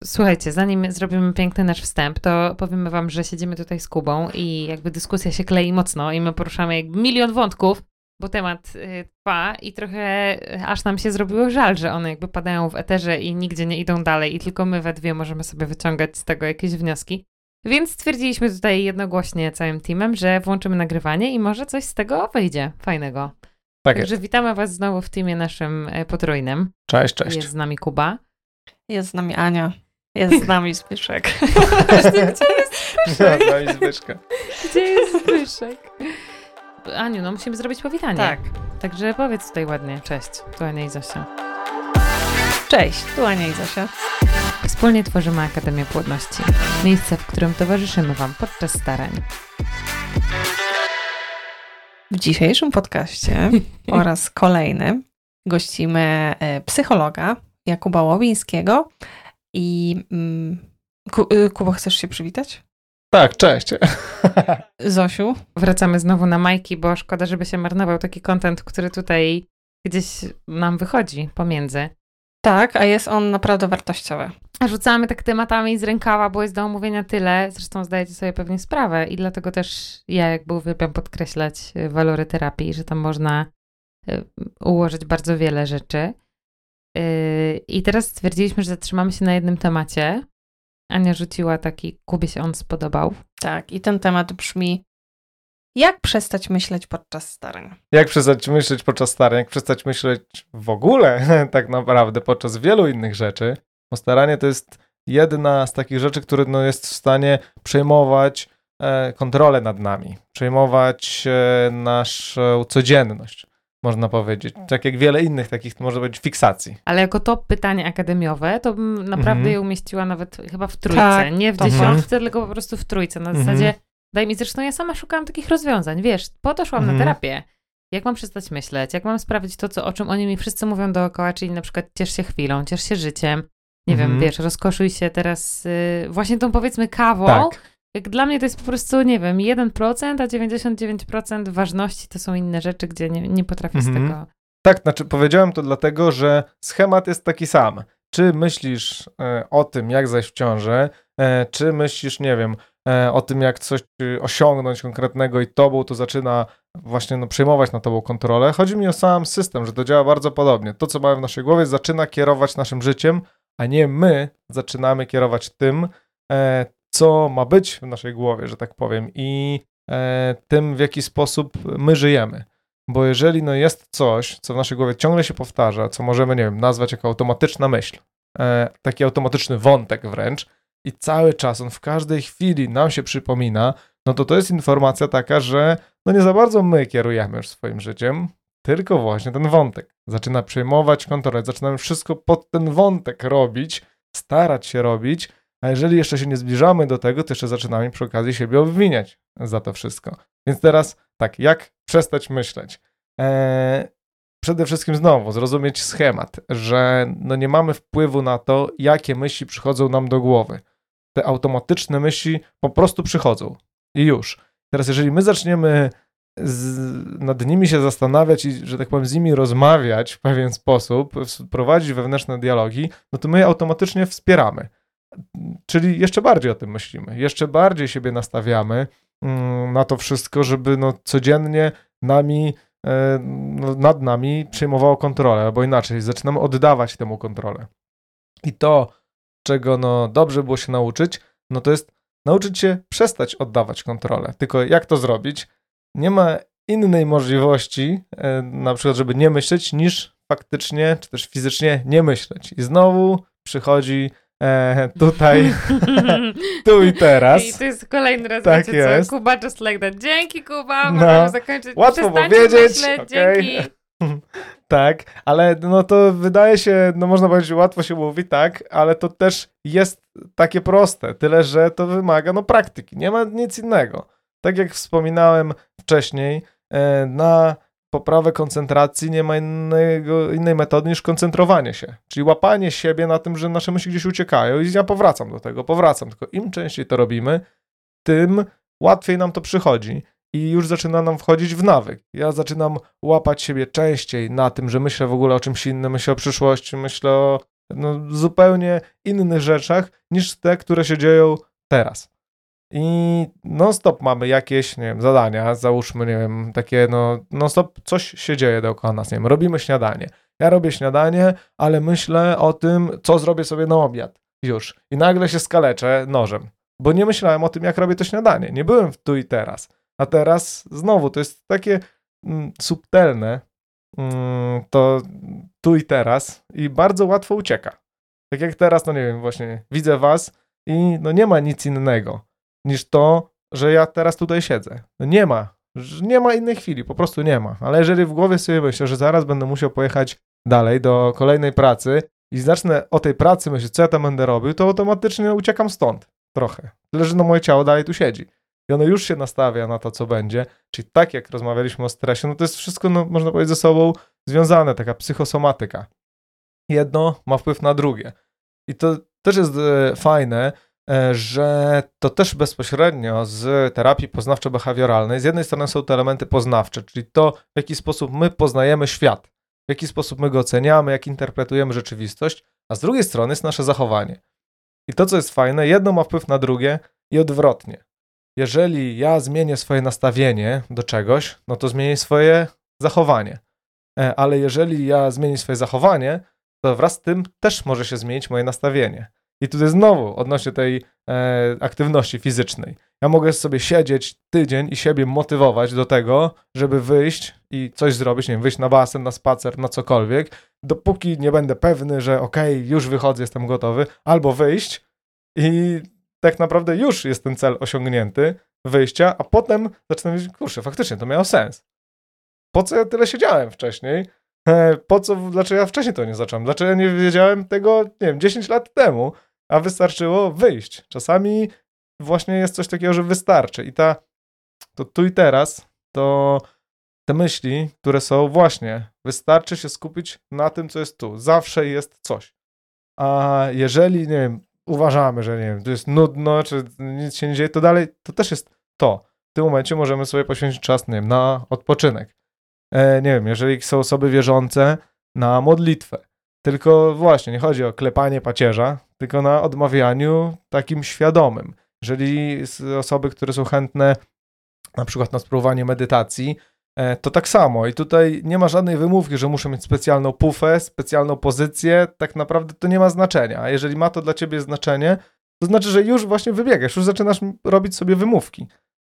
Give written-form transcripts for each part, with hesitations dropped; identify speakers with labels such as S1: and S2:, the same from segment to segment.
S1: Słuchajcie, zanim zrobimy piękny nasz wstęp, to powiemy wam, że siedzimy tutaj z Kubą i jakby dyskusja się klei mocno i my poruszamy jakby milion wątków, bo temat trwa i trochę aż nam się zrobiło żal, że one jakby padają w eterze i nigdzie nie idą dalej i tylko my we dwie możemy sobie wyciągać z tego jakieś wnioski. Więc stwierdziliśmy tutaj jednogłośnie całym teamem, że włączymy nagrywanie i może coś z tego wyjdzie fajnego. Także witamy was znowu w teamie naszym potrójnym.
S2: Cześć.
S1: Jest z nami Kuba.
S3: Jest z nami Ania. Jest z nami Zbyszek.
S1: Gdzie jest Zbyszek?
S2: Jest z nami Zbyszka.
S1: Gdzie jest Zbyszek? Aniu, no musimy zrobić powitanie.
S3: Tak.
S1: Także powiedz tutaj ładnie. Cześć, tu Ania i Zosia.
S3: Cześć, tu Ania i Zosia.
S1: Wspólnie tworzymy Akademię Płodności. Miejsce, w którym towarzyszymy wam podczas starań.
S3: W dzisiejszym podcaście oraz kolejnym gościmy psychologa Jakuba Łowińskiego i Kuba, chcesz się przywitać?
S2: Tak, cześć.
S3: Zosiu?
S1: Wracamy znowu na Majki, bo szkoda, żeby się marnował taki content, który tutaj gdzieś nam wychodzi pomiędzy.
S3: Tak, a jest on naprawdę wartościowy.
S1: A rzucamy tak tematami z rękawa, bo jest do omówienia tyle. Zresztą zdajecie sobie pewnie sprawę i dlatego też ja jakby uwielbiam podkreślać walory terapii, że tam można ułożyć bardzo wiele rzeczy. I teraz stwierdziliśmy, że zatrzymamy się na jednym temacie. Ania rzuciła taki, Kubie się on spodobał.
S3: Tak, i ten temat brzmi: jak przestać myśleć podczas starań?
S2: Jak przestać myśleć podczas starań, jak przestać myśleć w ogóle tak naprawdę podczas wielu innych rzeczy. Bo staranie to jest jedna z takich rzeczy, które jest w stanie przejmować kontrolę nad nami, przejmować naszą codzienność, można powiedzieć. Tak jak wiele innych takich, może być fiksacji.
S1: Ale jako top pytanie akademiowe, to bym naprawdę je umieściła nawet chyba w trójce.
S3: Tak,
S1: nie w dziesiątce, tylko po prostu w trójce. Na zasadzie, daj mi, zresztą ja sama szukałam takich rozwiązań. Wiesz, po to szłam na terapię. Jak mam przestać myśleć? Jak mam sprawić to, o czym oni mi wszyscy mówią dookoła, czyli na przykład ciesz się chwilą, ciesz się życiem. Nie wiem, wiesz, rozkoszuj się teraz właśnie tą, powiedzmy, kawą.
S2: Tak.
S1: Jak dla mnie to jest po prostu, nie wiem, 1%, a 99% ważności to są inne rzeczy, gdzie nie potrafię z tego...
S2: Tak, znaczy powiedziałem to dlatego, że schemat jest taki sam. Czy myślisz o tym, jak zajść w ciążę, czy myślisz, nie wiem, o tym, jak coś osiągnąć konkretnego i tobą to zaczyna właśnie przejmować na tobą kontrolę. Chodzi mi o sam system, że to działa bardzo podobnie. To, co mamy w naszej głowie, zaczyna kierować naszym życiem, a nie my zaczynamy kierować tym, co ma być w naszej głowie, że tak powiem, i tym, w jaki sposób my żyjemy. Bo jeżeli jest coś, co w naszej głowie ciągle się powtarza, co możemy, nie wiem, nazwać jako automatyczna myśl, taki automatyczny wątek wręcz, i cały czas on w każdej chwili nam się przypomina, no to jest informacja taka, że nie za bardzo my kierujemy już swoim życiem, tylko właśnie ten wątek. Zaczyna przejmować kontrolę, zaczynamy wszystko pod ten wątek robić, starać się robić, a jeżeli jeszcze się nie zbliżamy do tego, to jeszcze zaczynamy przy okazji siebie obwiniać za to wszystko. Więc teraz tak, jak przestać myśleć? Przede wszystkim znowu zrozumieć schemat, że nie mamy wpływu na to, jakie myśli przychodzą nam do głowy. Te automatyczne myśli po prostu przychodzą i już. Teraz jeżeli my zaczniemy nad nimi się zastanawiać i, że tak powiem, z nimi rozmawiać w pewien sposób, prowadzić wewnętrzne dialogi, to my je automatycznie wspieramy. Czyli jeszcze bardziej o tym myślimy, jeszcze bardziej siebie nastawiamy na to wszystko, żeby codziennie nad nami przejmowało kontrolę, albo inaczej, zaczynamy oddawać temu kontrolę. I to, czego dobrze było się nauczyć, to jest nauczyć się przestać oddawać kontrolę. Tylko jak to zrobić? Nie ma innej możliwości, na przykład, żeby nie myśleć, niż faktycznie, czy też fizycznie nie myśleć. I znowu przychodzi tutaj, tu i teraz.
S1: I to jest kolejny raz,
S2: tak
S1: wiecie
S2: jest.
S1: co, Kuba just like that. Dzięki, Kuba, możemy zakończyć.
S2: Łatwo powiedzieć,
S1: myśleć,
S2: okay.
S1: Dzięki.
S2: Tak, ale to wydaje się, można powiedzieć, łatwo się mówi, tak, ale to też jest takie proste, tyle, że to wymaga praktyki, nie ma nic innego. Tak jak wspominałem wcześniej, na poprawę koncentracji nie ma innej metody niż koncentrowanie się, czyli łapanie siebie na tym, że nasze myśli gdzieś uciekają i ja powracam do tego, tylko im częściej to robimy, tym łatwiej nam to przychodzi i już zaczyna nam wchodzić w nawyk. Ja zaczynam łapać siebie częściej na tym, że myślę w ogóle o czymś innym, myślę o przyszłości, myślę o zupełnie innych rzeczach niż te, które się dzieją teraz. I non-stop mamy jakieś, nie wiem, zadania, załóżmy, nie wiem, takie, non-stop coś się dzieje dookoła nas, nie wiem, robimy śniadanie. Ja robię śniadanie, ale myślę o tym, co zrobię sobie na obiad już. I nagle się skaleczę nożem, bo nie myślałem o tym, jak robię to śniadanie. Nie byłem w tu i teraz. A teraz znowu to jest takie subtelne, to tu i teraz i bardzo łatwo ucieka. Tak jak teraz, nie wiem, właśnie widzę was i nie ma nic innego niż to, że ja teraz tutaj siedzę. Nie ma innej chwili, po prostu nie ma. Ale jeżeli w głowie sobie myślę, że zaraz będę musiał pojechać dalej do kolejnej pracy i zacznę o tej pracy myśleć, co ja tam będę robił, to automatycznie uciekam stąd trochę. Tyle, że moje ciało dalej tu siedzi. I ono już się nastawia na to, co będzie. Czyli tak jak rozmawialiśmy o stresie, to jest wszystko, można powiedzieć, ze sobą związane, taka psychosomatyka. Jedno ma wpływ na drugie. I to też jest fajne, że to też bezpośrednio z terapii poznawczo-behawioralnej, z jednej strony są to elementy poznawcze, czyli to, w jaki sposób my poznajemy świat, w jaki sposób my go oceniamy, jak interpretujemy rzeczywistość, a z drugiej strony jest nasze zachowanie. I to, co jest fajne, jedno ma wpływ na drugie i odwrotnie. Jeżeli ja zmienię swoje nastawienie do czegoś, to zmienię swoje zachowanie. Ale jeżeli ja zmienię swoje zachowanie, to wraz z tym też może się zmienić moje nastawienie. I tutaj znowu odnośnie tej aktywności fizycznej. Ja mogę sobie siedzieć tydzień i siebie motywować do tego, żeby wyjść i coś zrobić, nie wiem, wyjść na basen, na spacer, na cokolwiek, dopóki nie będę pewny, że okej, już wychodzę, jestem gotowy, albo wyjść i tak naprawdę już jest ten cel osiągnięty, wyjścia, a potem zaczynam mówić, kurczę, faktycznie to miało sens. Po co ja tyle siedziałem wcześniej? Dlaczego ja wcześniej to nie zacząłem? Dlaczego ja nie wiedziałem tego, nie wiem, 10 lat temu, a wystarczyło wyjść. Czasami właśnie jest coś takiego, że wystarczy i to tu i teraz, to te myśli, które są właśnie, wystarczy się skupić na tym, co jest tu. Zawsze jest coś. A jeżeli, nie wiem, uważamy, że nie wiem, to jest nudno, czy nic się nie dzieje, to dalej, to też jest to. W tym momencie możemy sobie poświęcić czas, nie wiem, na odpoczynek. Nie wiem, jeżeli są osoby wierzące, na modlitwę. Tylko właśnie, nie chodzi o klepanie pacierza, tylko na odmawianiu takim świadomym. Jeżeli osoby, które są chętne na przykład na spróbowanie medytacji, to tak samo. I tutaj nie ma żadnej wymówki, że muszę mieć specjalną pufę, specjalną pozycję. Tak naprawdę to nie ma znaczenia. A jeżeli ma to dla ciebie znaczenie, to znaczy, że już właśnie wybiegasz, już zaczynasz robić sobie wymówki.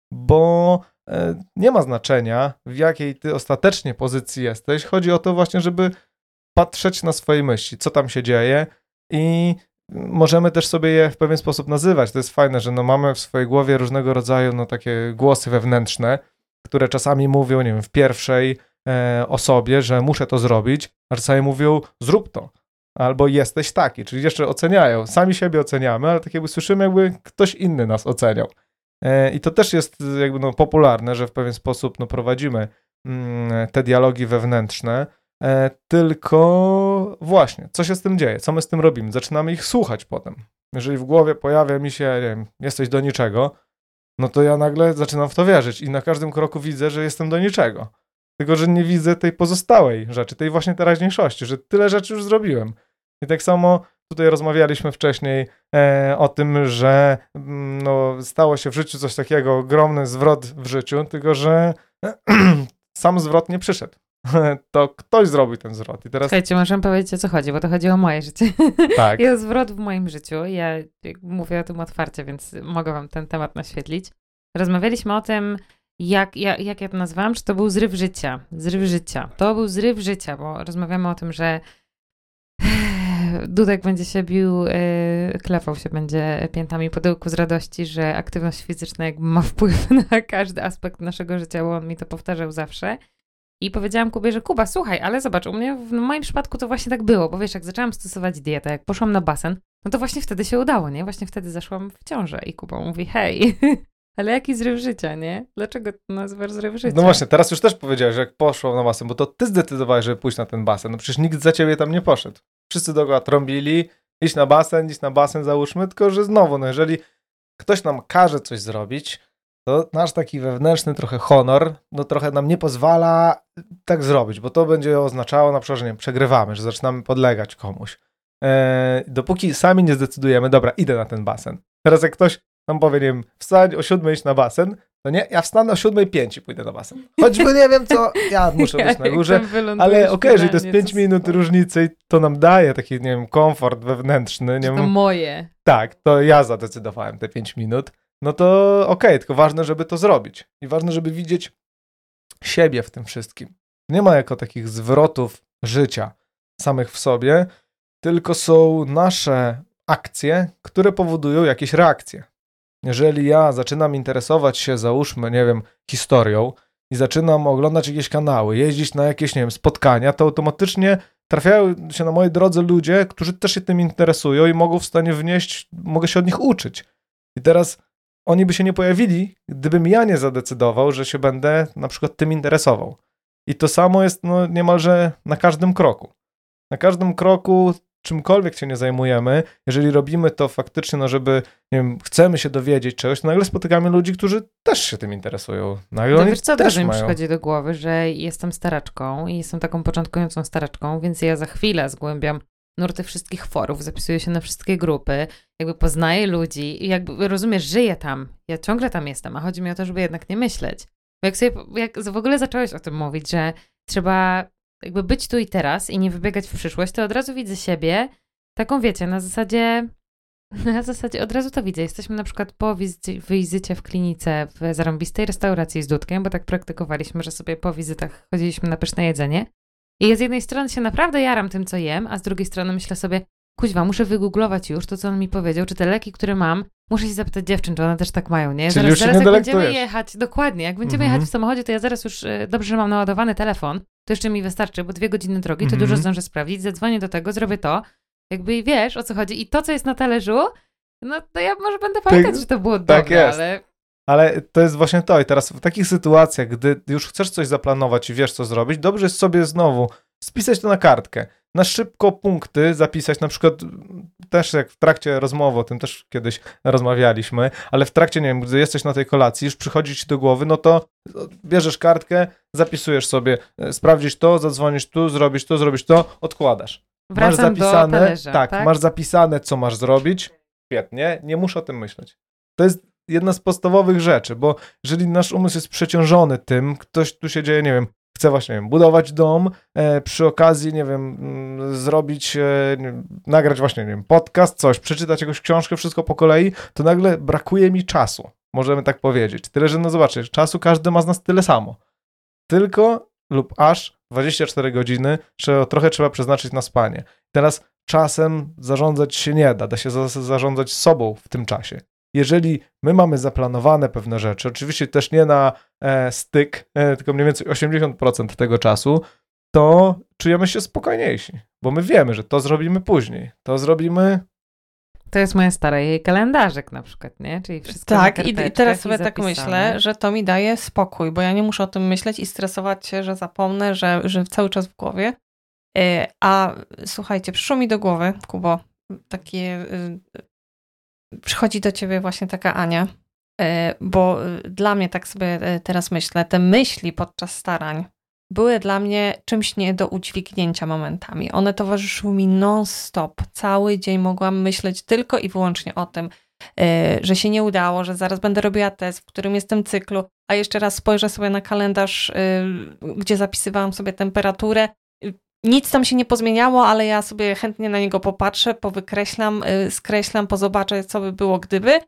S2: Bo nie ma znaczenia, w jakiej ty ostatecznie pozycji jesteś. Chodzi o to właśnie, żeby patrzeć na swoje myśli, co tam się dzieje i możemy też sobie je w pewien sposób nazywać. To jest fajne, że mamy w swojej głowie różnego rodzaju takie głosy wewnętrzne, które czasami mówią, nie wiem, w pierwszej osobie, że muszę to zrobić, a czasami mówią, zrób to. Albo jesteś taki, czyli jeszcze oceniają. Sami siebie oceniamy, ale tak jakby słyszymy, jakby ktoś inny nas oceniał. I to też jest jakby popularne, że w pewien sposób prowadzimy te dialogi wewnętrzne, tylko właśnie, co się z tym dzieje, co my z tym robimy? Zaczynamy ich słuchać potem. Jeżeli w głowie pojawia mi się, nie wiem, jesteś do niczego, to ja nagle zaczynam w to wierzyć i na każdym kroku widzę, że jestem do niczego. Tylko, że nie widzę tej pozostałej rzeczy, tej właśnie teraźniejszości, że tyle rzeczy już zrobiłem. I tak samo tutaj rozmawialiśmy wcześniej o tym, że stało się w życiu coś takiego, ogromny zwrot w życiu, tylko że sam zwrot nie przyszedł. To ktoś zrobił ten zwrot. I teraz...
S1: Słuchajcie, możemy powiedzieć, o co chodzi, bo to chodzi o moje życie.
S2: Tak.
S1: Jest zwrot w moim życiu. Ja mówię o tym otwarcie, więc mogę wam ten temat naświetlić. Rozmawialiśmy o tym, jak ja to nazwałam, czy to był zryw życia. Zryw życia. To był zryw życia, bo rozmawiamy o tym, że Dudek będzie się bił, klepał się będzie piętami po tyłku z radości, że aktywność fizyczna jakby ma wpływ na każdy aspekt naszego życia, bo on mi to powtarzał zawsze. I powiedziałam Kubie, że Kuba, słuchaj, ale zobacz, u mnie w moim przypadku to właśnie tak było, bo wiesz, jak zaczęłam stosować dietę, jak poszłam na basen, to właśnie wtedy się udało, nie? Właśnie wtedy zaszłam w ciążę i Kuba mówi, hej, ale jaki zryw życia, nie? Dlaczego to nazywasz zryw życia?
S2: No właśnie, teraz już też powiedziałeś, że jak poszłam na basen, bo to ty zdecydowałeś, żeby pójść na ten basen. Przecież nikt za ciebie tam nie poszedł. Wszyscy dookoła trąbili, iść na basen, załóżmy, tylko że znowu, jeżeli ktoś nam każe coś zrobić, to nasz taki wewnętrzny trochę honor, trochę nam nie pozwala tak zrobić, bo to będzie oznaczało na przykład, że nie wiem, przegrywamy, że zaczynamy podlegać komuś. dopóki sami nie zdecydujemy, dobra, idę na ten basen. Teraz jak ktoś nam powie, nie wiem, wstań o 7 iść na basen, to nie, ja wstanę o 7:05 i pójdę na basen. Choćby nie wiem co, ja muszę być na górze, ale okej, że to jest 5 minut różnicy i to nam daje taki, nie wiem, komfort wewnętrzny. Nie
S1: to
S2: wiem,
S1: moje.
S2: Tak, to ja zadecydowałem te 5 minut. No to okej, tylko ważne, żeby to zrobić. I ważne, żeby widzieć siebie w tym wszystkim. Nie ma jako takich zwrotów życia samych w sobie, tylko są nasze akcje, które powodują jakieś reakcje. Jeżeli ja zaczynam interesować się, załóżmy, nie wiem, historią i zaczynam oglądać jakieś kanały, jeździć na jakieś, nie wiem, spotkania, to automatycznie trafiają się na mojej drodze ludzie, którzy też się tym interesują i mogę się od nich uczyć. I teraz oni by się nie pojawili, gdybym ja nie zadecydował, że się będę na przykład tym interesował. I to samo jest niemalże na każdym kroku. Na każdym kroku, czymkolwiek się nie zajmujemy, jeżeli robimy to faktycznie, żeby, nie wiem, chcemy się dowiedzieć czegoś, to nagle spotykamy ludzi, którzy też się tym interesują.
S1: No wiesz co, też mi przychodzi do głowy, że jestem staraczką i jestem taką początkującą staraczką, więc ja za chwilę zgłębiam nurty wszystkich forów, zapisuję się na wszystkie grupy, jakby poznaję ludzi i jakby, rozumiesz, żyję tam. Ja ciągle tam jestem, a chodzi mi o to, żeby jednak nie myśleć. Bo jak w ogóle zacząłeś o tym mówić, że trzeba jakby być tu i teraz i nie wybiegać w przyszłość, to od razu widzę siebie taką, wiecie, na zasadzie od razu to widzę. Jesteśmy na przykład po wizycie w klinice w zarąbistej restauracji z Dudkiem, bo tak praktykowaliśmy, że sobie po wizytach chodziliśmy na pyszne jedzenie. I ja z jednej strony się naprawdę jaram tym, co jem, a z drugiej strony myślę sobie, kuźwa, muszę wygooglować już to, co on mi powiedział, czy te leki, które mam, muszę się zapytać dziewczyn, czy one też tak mają, nie?
S2: Czyli
S1: Zaraz
S2: jak
S1: będziemy jechać, dokładnie, jak będziemy jechać w samochodzie, to ja zaraz już, dobrze, że mam naładowany telefon, to jeszcze mi wystarczy, bo 2 godziny drogi, to dużo zdążę sprawdzić, zadzwonię do tego, zrobię to, jakby wiesz, o co chodzi i to, co jest na talerzu, no to ja może będę pamiętać, że to było dobre,
S2: jest.
S1: ale...
S2: Ale to jest właśnie to i teraz w takich sytuacjach, gdy już chcesz coś zaplanować i wiesz, co zrobić, dobrze jest sobie znowu spisać to na kartkę. Na szybko punkty zapisać, na przykład też jak w trakcie rozmowy, o tym też kiedyś rozmawialiśmy, ale w trakcie, nie wiem, gdy jesteś na tej kolacji, już przychodzi ci do głowy, no to bierzesz kartkę, zapisujesz sobie, sprawdzisz to, zadzwonisz tu, zrobisz to, odkładasz.
S1: Wracam
S2: masz zapisane,
S1: do talerza, tak?
S2: Masz zapisane, co masz zrobić, świetnie, nie muszę o tym myśleć. To jest jedna z podstawowych rzeczy, bo jeżeli nasz umysł jest przeciążony tym, ktoś tu się dzieje, nie wiem, chce właśnie, nie wiem, budować dom, przy okazji, nie wiem, zrobić, nagrać właśnie, nie wiem, podcast, coś, przeczytać jakąś książkę, wszystko po kolei, to nagle brakuje mi czasu, możemy tak powiedzieć. Tyle, że no zobaczcie, czasu każdy ma z nas tyle samo. Tylko lub aż 24 godziny, trochę trzeba przeznaczyć na spanie. Teraz czasem zarządzać się nie da się zarządzać sobą w tym czasie. Jeżeli my mamy zaplanowane pewne rzeczy, oczywiście też nie na styk, tylko mniej więcej 80% tego czasu, to czujemy się spokojniejsi, bo my wiemy, że to zrobimy później, to zrobimy...
S1: To jest moja stara jej kalendarzyk na przykład, nie? Czyli wszystko
S3: tak,
S1: na
S3: i teraz sobie tak myślę, że to mi daje spokój, bo ja nie muszę o tym myśleć i stresować się, że zapomnę, że cały czas w głowie. A słuchajcie, przyszło mi do głowy, Kubo, takie... Przychodzi do ciebie właśnie taka Ania, bo dla mnie, tak sobie teraz myślę, te myśli podczas starań były dla mnie czymś nie do udźwignięcia momentami. One towarzyszyły mi non-stop. Cały dzień mogłam myśleć tylko i wyłącznie o tym, że się nie udało, że zaraz będę robiła test, w którym jestem cyklu, a jeszcze raz spojrzę sobie na kalendarz, gdzie zapisywałam sobie temperaturę. Nic tam się nie pozmieniało, ale ja sobie chętnie na niego popatrzę, powykreślam, skreślam, pozobaczę, co by było gdyby.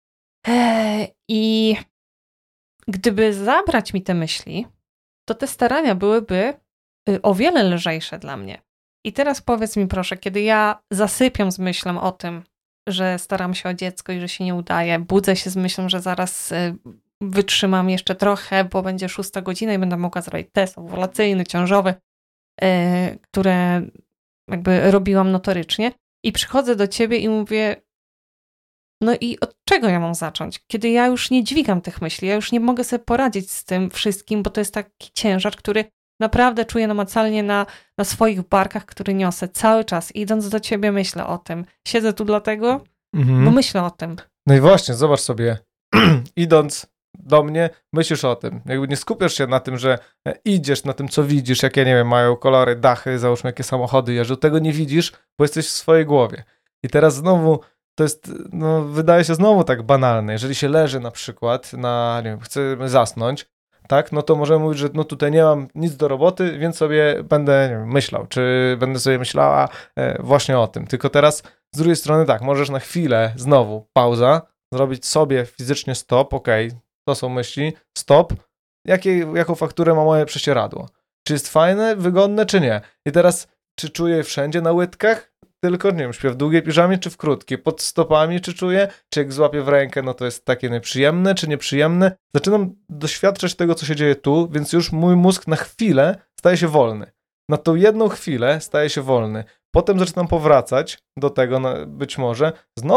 S3: I gdyby zabrać mi te myśli, to te starania byłyby o wiele lżejsze dla mnie. I teraz powiedz mi proszę, kiedy ja zasypiam z myślą o tym, że staram się o dziecko i że się nie udaje, budzę się z myślą, że zaraz wytrzymam jeszcze trochę, bo będzie 6 godzina i będę mogła zrobić test owulacyjny, ciążowy, które jakby robiłam notorycznie i przychodzę do ciebie i mówię, no i od czego ja mam zacząć? Kiedy ja już nie dźwigam tych myśli, ja już nie mogę sobie poradzić z tym wszystkim, bo to jest taki ciężar, który naprawdę czuję namacalnie na swoich barkach, który niosę cały czas. Idąc do ciebie myślę o tym. Siedzę tu dlatego, bo myślę o tym.
S2: No i właśnie, zobacz sobie, idąc do mnie, myślisz o tym. Jakby nie skupiasz się na tym, że idziesz, na tym, co widzisz, jakie, nie wiem, mają kolory, dachy, załóżmy, jakie samochody jeżdżą. Tego nie widzisz, bo jesteś w swojej głowie. I teraz znowu to jest, no, wydaje się znowu tak banalne. Jeżeli się leży na przykład na, nie wiem, chcemy zasnąć, tak, no to możemy mówić, że no tutaj nie mam nic do roboty, więc sobie będę, nie wiem, myślał, czy będę sobie myślała właśnie o tym. Tylko teraz z drugiej strony tak, możesz na chwilę znowu pauza, zrobić sobie fizycznie stop, okej, to są myśli, stop, jaką fakturę ma moje prześcieradło? Czy jest fajne, wygodne, czy nie? I teraz, czy czuję wszędzie na łydkach? Tylko, nie wiem, śpię w długiej piżamie, czy w krótkiej? Pod stopami, czy czuję? Czy jak złapię w rękę, no to jest takie nieprzyjemne, czy nieprzyjemne? Zaczynam doświadczać tego, co się dzieje tu, więc już mój mózg na chwilę staje się wolny. Na tą jedną chwilę staje się wolny. Potem zaczynam powracać do tego, być może,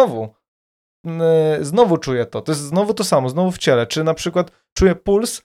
S2: znowu czuję to. To jest znowu to samo, znowu w ciele. Czy na przykład czuję puls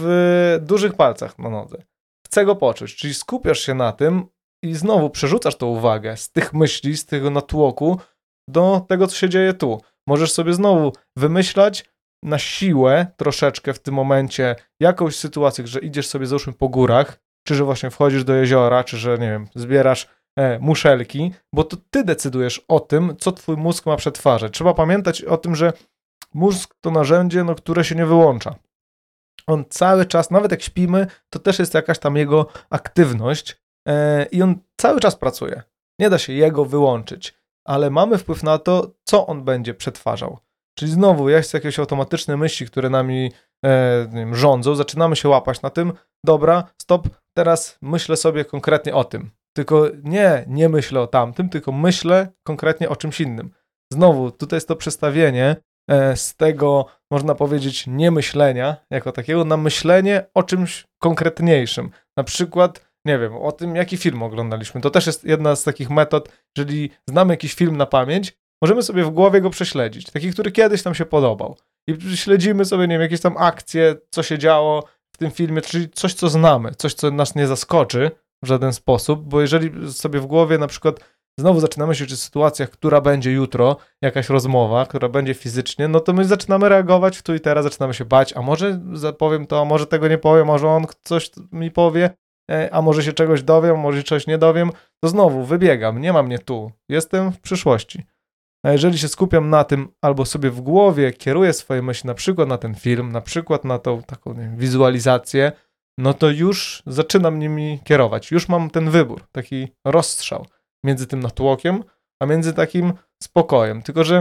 S2: w dużych palcach na nodze. Chcę go poczuć, czyli skupiasz się na tym i znowu przerzucasz tą uwagę z tych myśli, z tego natłoku do tego, co się dzieje tu. Możesz sobie znowu wymyślać na siłę troszeczkę w tym momencie jakąś sytuację, że idziesz sobie załóżmy po górach, czy że właśnie wchodzisz do jeziora, czy że, nie wiem, zbierasz muszelki, bo to ty decydujesz o tym, co twój mózg ma przetwarzać. Trzeba pamiętać o tym, że mózg to narzędzie, no, które się nie wyłącza. On cały czas, nawet jak śpimy, to też jest jakaś tam jego aktywność i on cały czas pracuje. Nie da się jego wyłączyć, ale mamy wpływ na to, co on będzie przetwarzał. Czyli znowu jest jakieś automatyczne myśli, które nami nie wiem, rządzą, zaczynamy się łapać na tym, dobra, stop, teraz myślę sobie konkretnie o tym. Tylko nie myślę o tamtym, tylko myślę konkretnie o czymś innym. Znowu, tutaj jest to przestawienie z tego, można powiedzieć, niemyślenia jako takiego na myślenie o czymś konkretniejszym. Na przykład, nie wiem, o tym, jaki film oglądaliśmy. To też jest jedna z takich metod, jeżeli znamy jakiś film na pamięć, możemy sobie w głowie go prześledzić. Taki, który kiedyś nam się podobał. I śledzimy sobie, nie wiem, jakieś tam akcje, co się działo w tym filmie, czyli coś, co znamy, coś, co nas nie zaskoczy w żaden sposób, bo jeżeli sobie w głowie na przykład znowu zaczynamy się o sytuacjach, która będzie jutro, jakaś rozmowa, która będzie fizycznie, no to my zaczynamy reagować w tu i teraz, zaczynamy się bać, a może powiem to, a może tego nie powiem, może on coś mi powie, a może się czegoś dowiem, a może czegoś nie dowiem, to znowu wybiegam, nie ma mnie tu, jestem w przyszłości. A jeżeli się skupiam na tym, albo sobie w głowie kieruję swoje myśli na przykład na ten film, na przykład na tą taką nie wiem, wizualizację, no to już zaczynam nimi kierować. Już mam ten wybór, taki rozstrzał między tym natłokiem, a między takim spokojem. Tylko że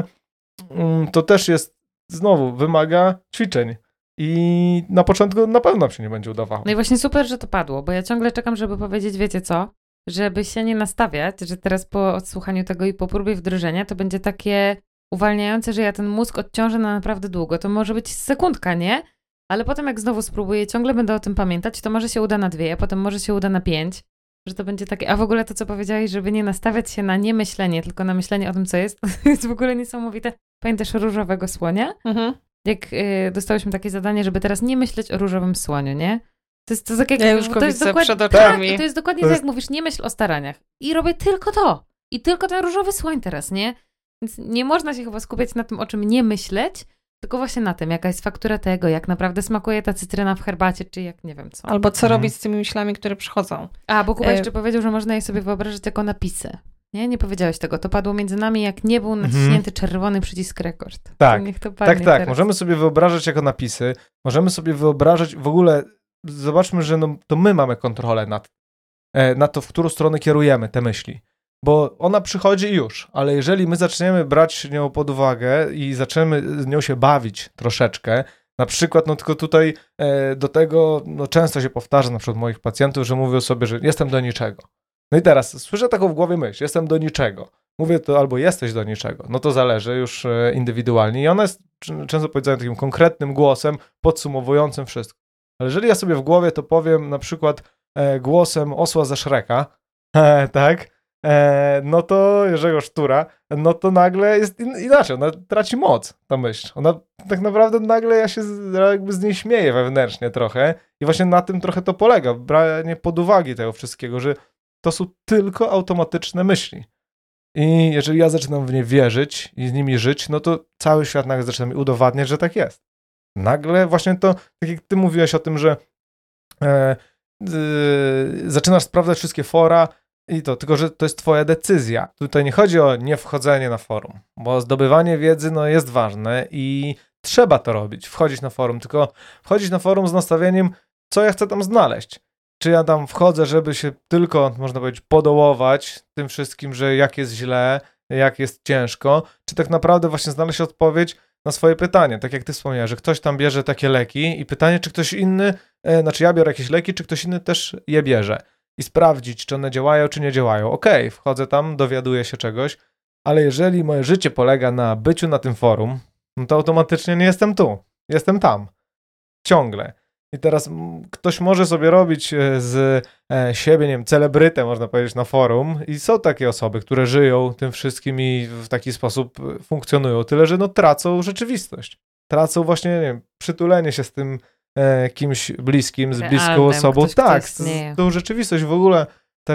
S2: to też jest, znowu, wymaga ćwiczeń. I na początku na pewno się nie będzie udawało.
S1: No i właśnie super, że to padło, bo ja ciągle czekam, żeby powiedzieć, wiecie co, żeby się nie nastawiać, że teraz po odsłuchaniu tego i po próbie wdrożenia to będzie takie uwalniające, że ja ten mózg odciążę na naprawdę długo. To może być sekundka, nie? Ale potem jak znowu spróbuję, ciągle będę o tym pamiętać, to może się uda na 2, a potem może się uda na 5, że to będzie takie, a w ogóle to, co powiedziałeś, żeby nie nastawiać się na niemyślenie, tylko na myślenie o tym, co jest, to jest w ogóle niesamowite. Pamiętasz różowego słonia? Mhm. Jak dostałyśmy takie zadanie, żeby teraz nie myśleć o różowym słoniu, nie? To jest tak jak...
S3: Ja już go widzę przed oczami.
S1: Tak, to jest dokładnie tak, jak mówisz, nie myśl o staraniach. I robię tylko to. I tylko ten różowy słoń teraz, nie? Więc nie można się chyba skupiać na tym, o czym nie myśleć, tylko właśnie na tym, jaka jest faktura tego, jak naprawdę smakuje ta cytryna w herbacie, czy jak nie wiem co.
S3: Albo co robić z tymi myślami, które przychodzą.
S1: A, bo Kuba jeszcze powiedział, że można je sobie wyobrażać jako napisy. Nie powiedziałeś tego. To padło między nami, jak nie był naciśnięty czerwony przycisk rekord.
S2: Tak,
S1: niech to
S2: tak. Możemy sobie wyobrażać jako napisy. Możemy sobie wyobrażać, w ogóle zobaczmy, że no, to my mamy kontrolę nad to, w którą stronę kierujemy te myśli. Bo ona przychodzi już, ale jeżeli my zaczniemy brać nią pod uwagę i zaczniemy z nią się bawić troszeczkę, na przykład, no tylko tutaj do tego no, często się powtarza na przykład moich pacjentów, że mówią sobie, że jestem do niczego. No i teraz słyszę taką w głowie myśl, jestem do niczego. Mówię to albo jesteś do niczego, no to zależy już indywidualnie i ona jest często powiedziana takim konkretnym głosem podsumowującym wszystko. Ale jeżeli ja sobie w głowie to powiem na przykład głosem osła ze Shreka, tak, no to Jerzego Sztura, no to nagle jest inaczej, ona traci moc, ta myśl. Ona tak naprawdę nagle ja się jakby z niej śmieję wewnętrznie trochę i właśnie na tym trochę to polega, branie pod uwagę tego wszystkiego, że to są tylko automatyczne myśli. I jeżeli ja zaczynam w nie wierzyć i z nimi żyć, no to cały świat nagle zaczyna mi udowadniać, że tak jest. nagle właśnie to, tak jak ty mówiłeś o tym, że zaczynasz sprawdzać wszystkie fora i to, tylko że to jest twoja decyzja. Tutaj nie chodzi o niewchodzenie na forum, bo zdobywanie wiedzy jest ważne i trzeba to robić, wchodzić na forum, tylko wchodzić na forum z nastawieniem, co ja chcę tam znaleźć. Czy ja tam wchodzę, żeby się tylko, można powiedzieć, podołować tym wszystkim, że jak jest źle, jak jest ciężko, czy tak naprawdę właśnie znaleźć odpowiedź na swoje pytanie. Tak jak ty wspomniałeś, że ktoś tam bierze takie leki i pytanie, czy ktoś inny, znaczy ja biorę jakieś leki, czy ktoś inny też je bierze. I sprawdzić, czy one działają, czy nie działają. Okej, wchodzę tam, dowiaduję się czegoś, ale jeżeli moje życie polega na byciu na tym forum, to automatycznie nie jestem tu. Jestem tam. Ciągle. I teraz ktoś może sobie robić z siebie, nie wiem, celebrytę, można powiedzieć, na forum i są takie osoby, które żyją tym wszystkim i w taki sposób funkcjonują, tyle że tracą rzeczywistość. Tracą właśnie, nie wiem, przytulenie się z tym kimś bliskim, z bliską osobą. Tak, tą rzeczywistość w ogóle,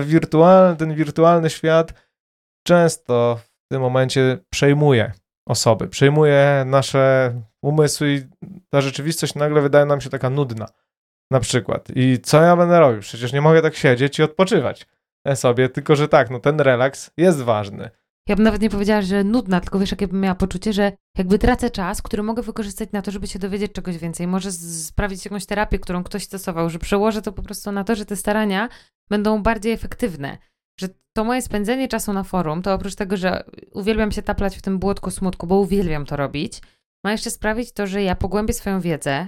S2: ten wirtualny świat często w tym momencie przejmuje osoby, przejmuje nasze umysły i ta rzeczywistość nagle wydaje nam się taka nudna. Na przykład. I co ja będę robił? Przecież nie mogę tak siedzieć i odpoczywać sobie, tylko że tak, ten relaks jest ważny.
S1: Ja bym nawet nie powiedziała, że nudna, tylko wiesz, jakie bym miała poczucie, że jakby tracę czas, który mogę wykorzystać na to, żeby się dowiedzieć czegoś więcej. Może sprawić jakąś terapię, którą ktoś stosował, że przełożę to po prostu na to, że te starania będą bardziej efektywne. Że to moje spędzenie czasu na forum, to oprócz tego, że uwielbiam się taplać w tym błotku smutku, bo uwielbiam to robić, ma jeszcze sprawić to, że ja pogłębię swoją wiedzę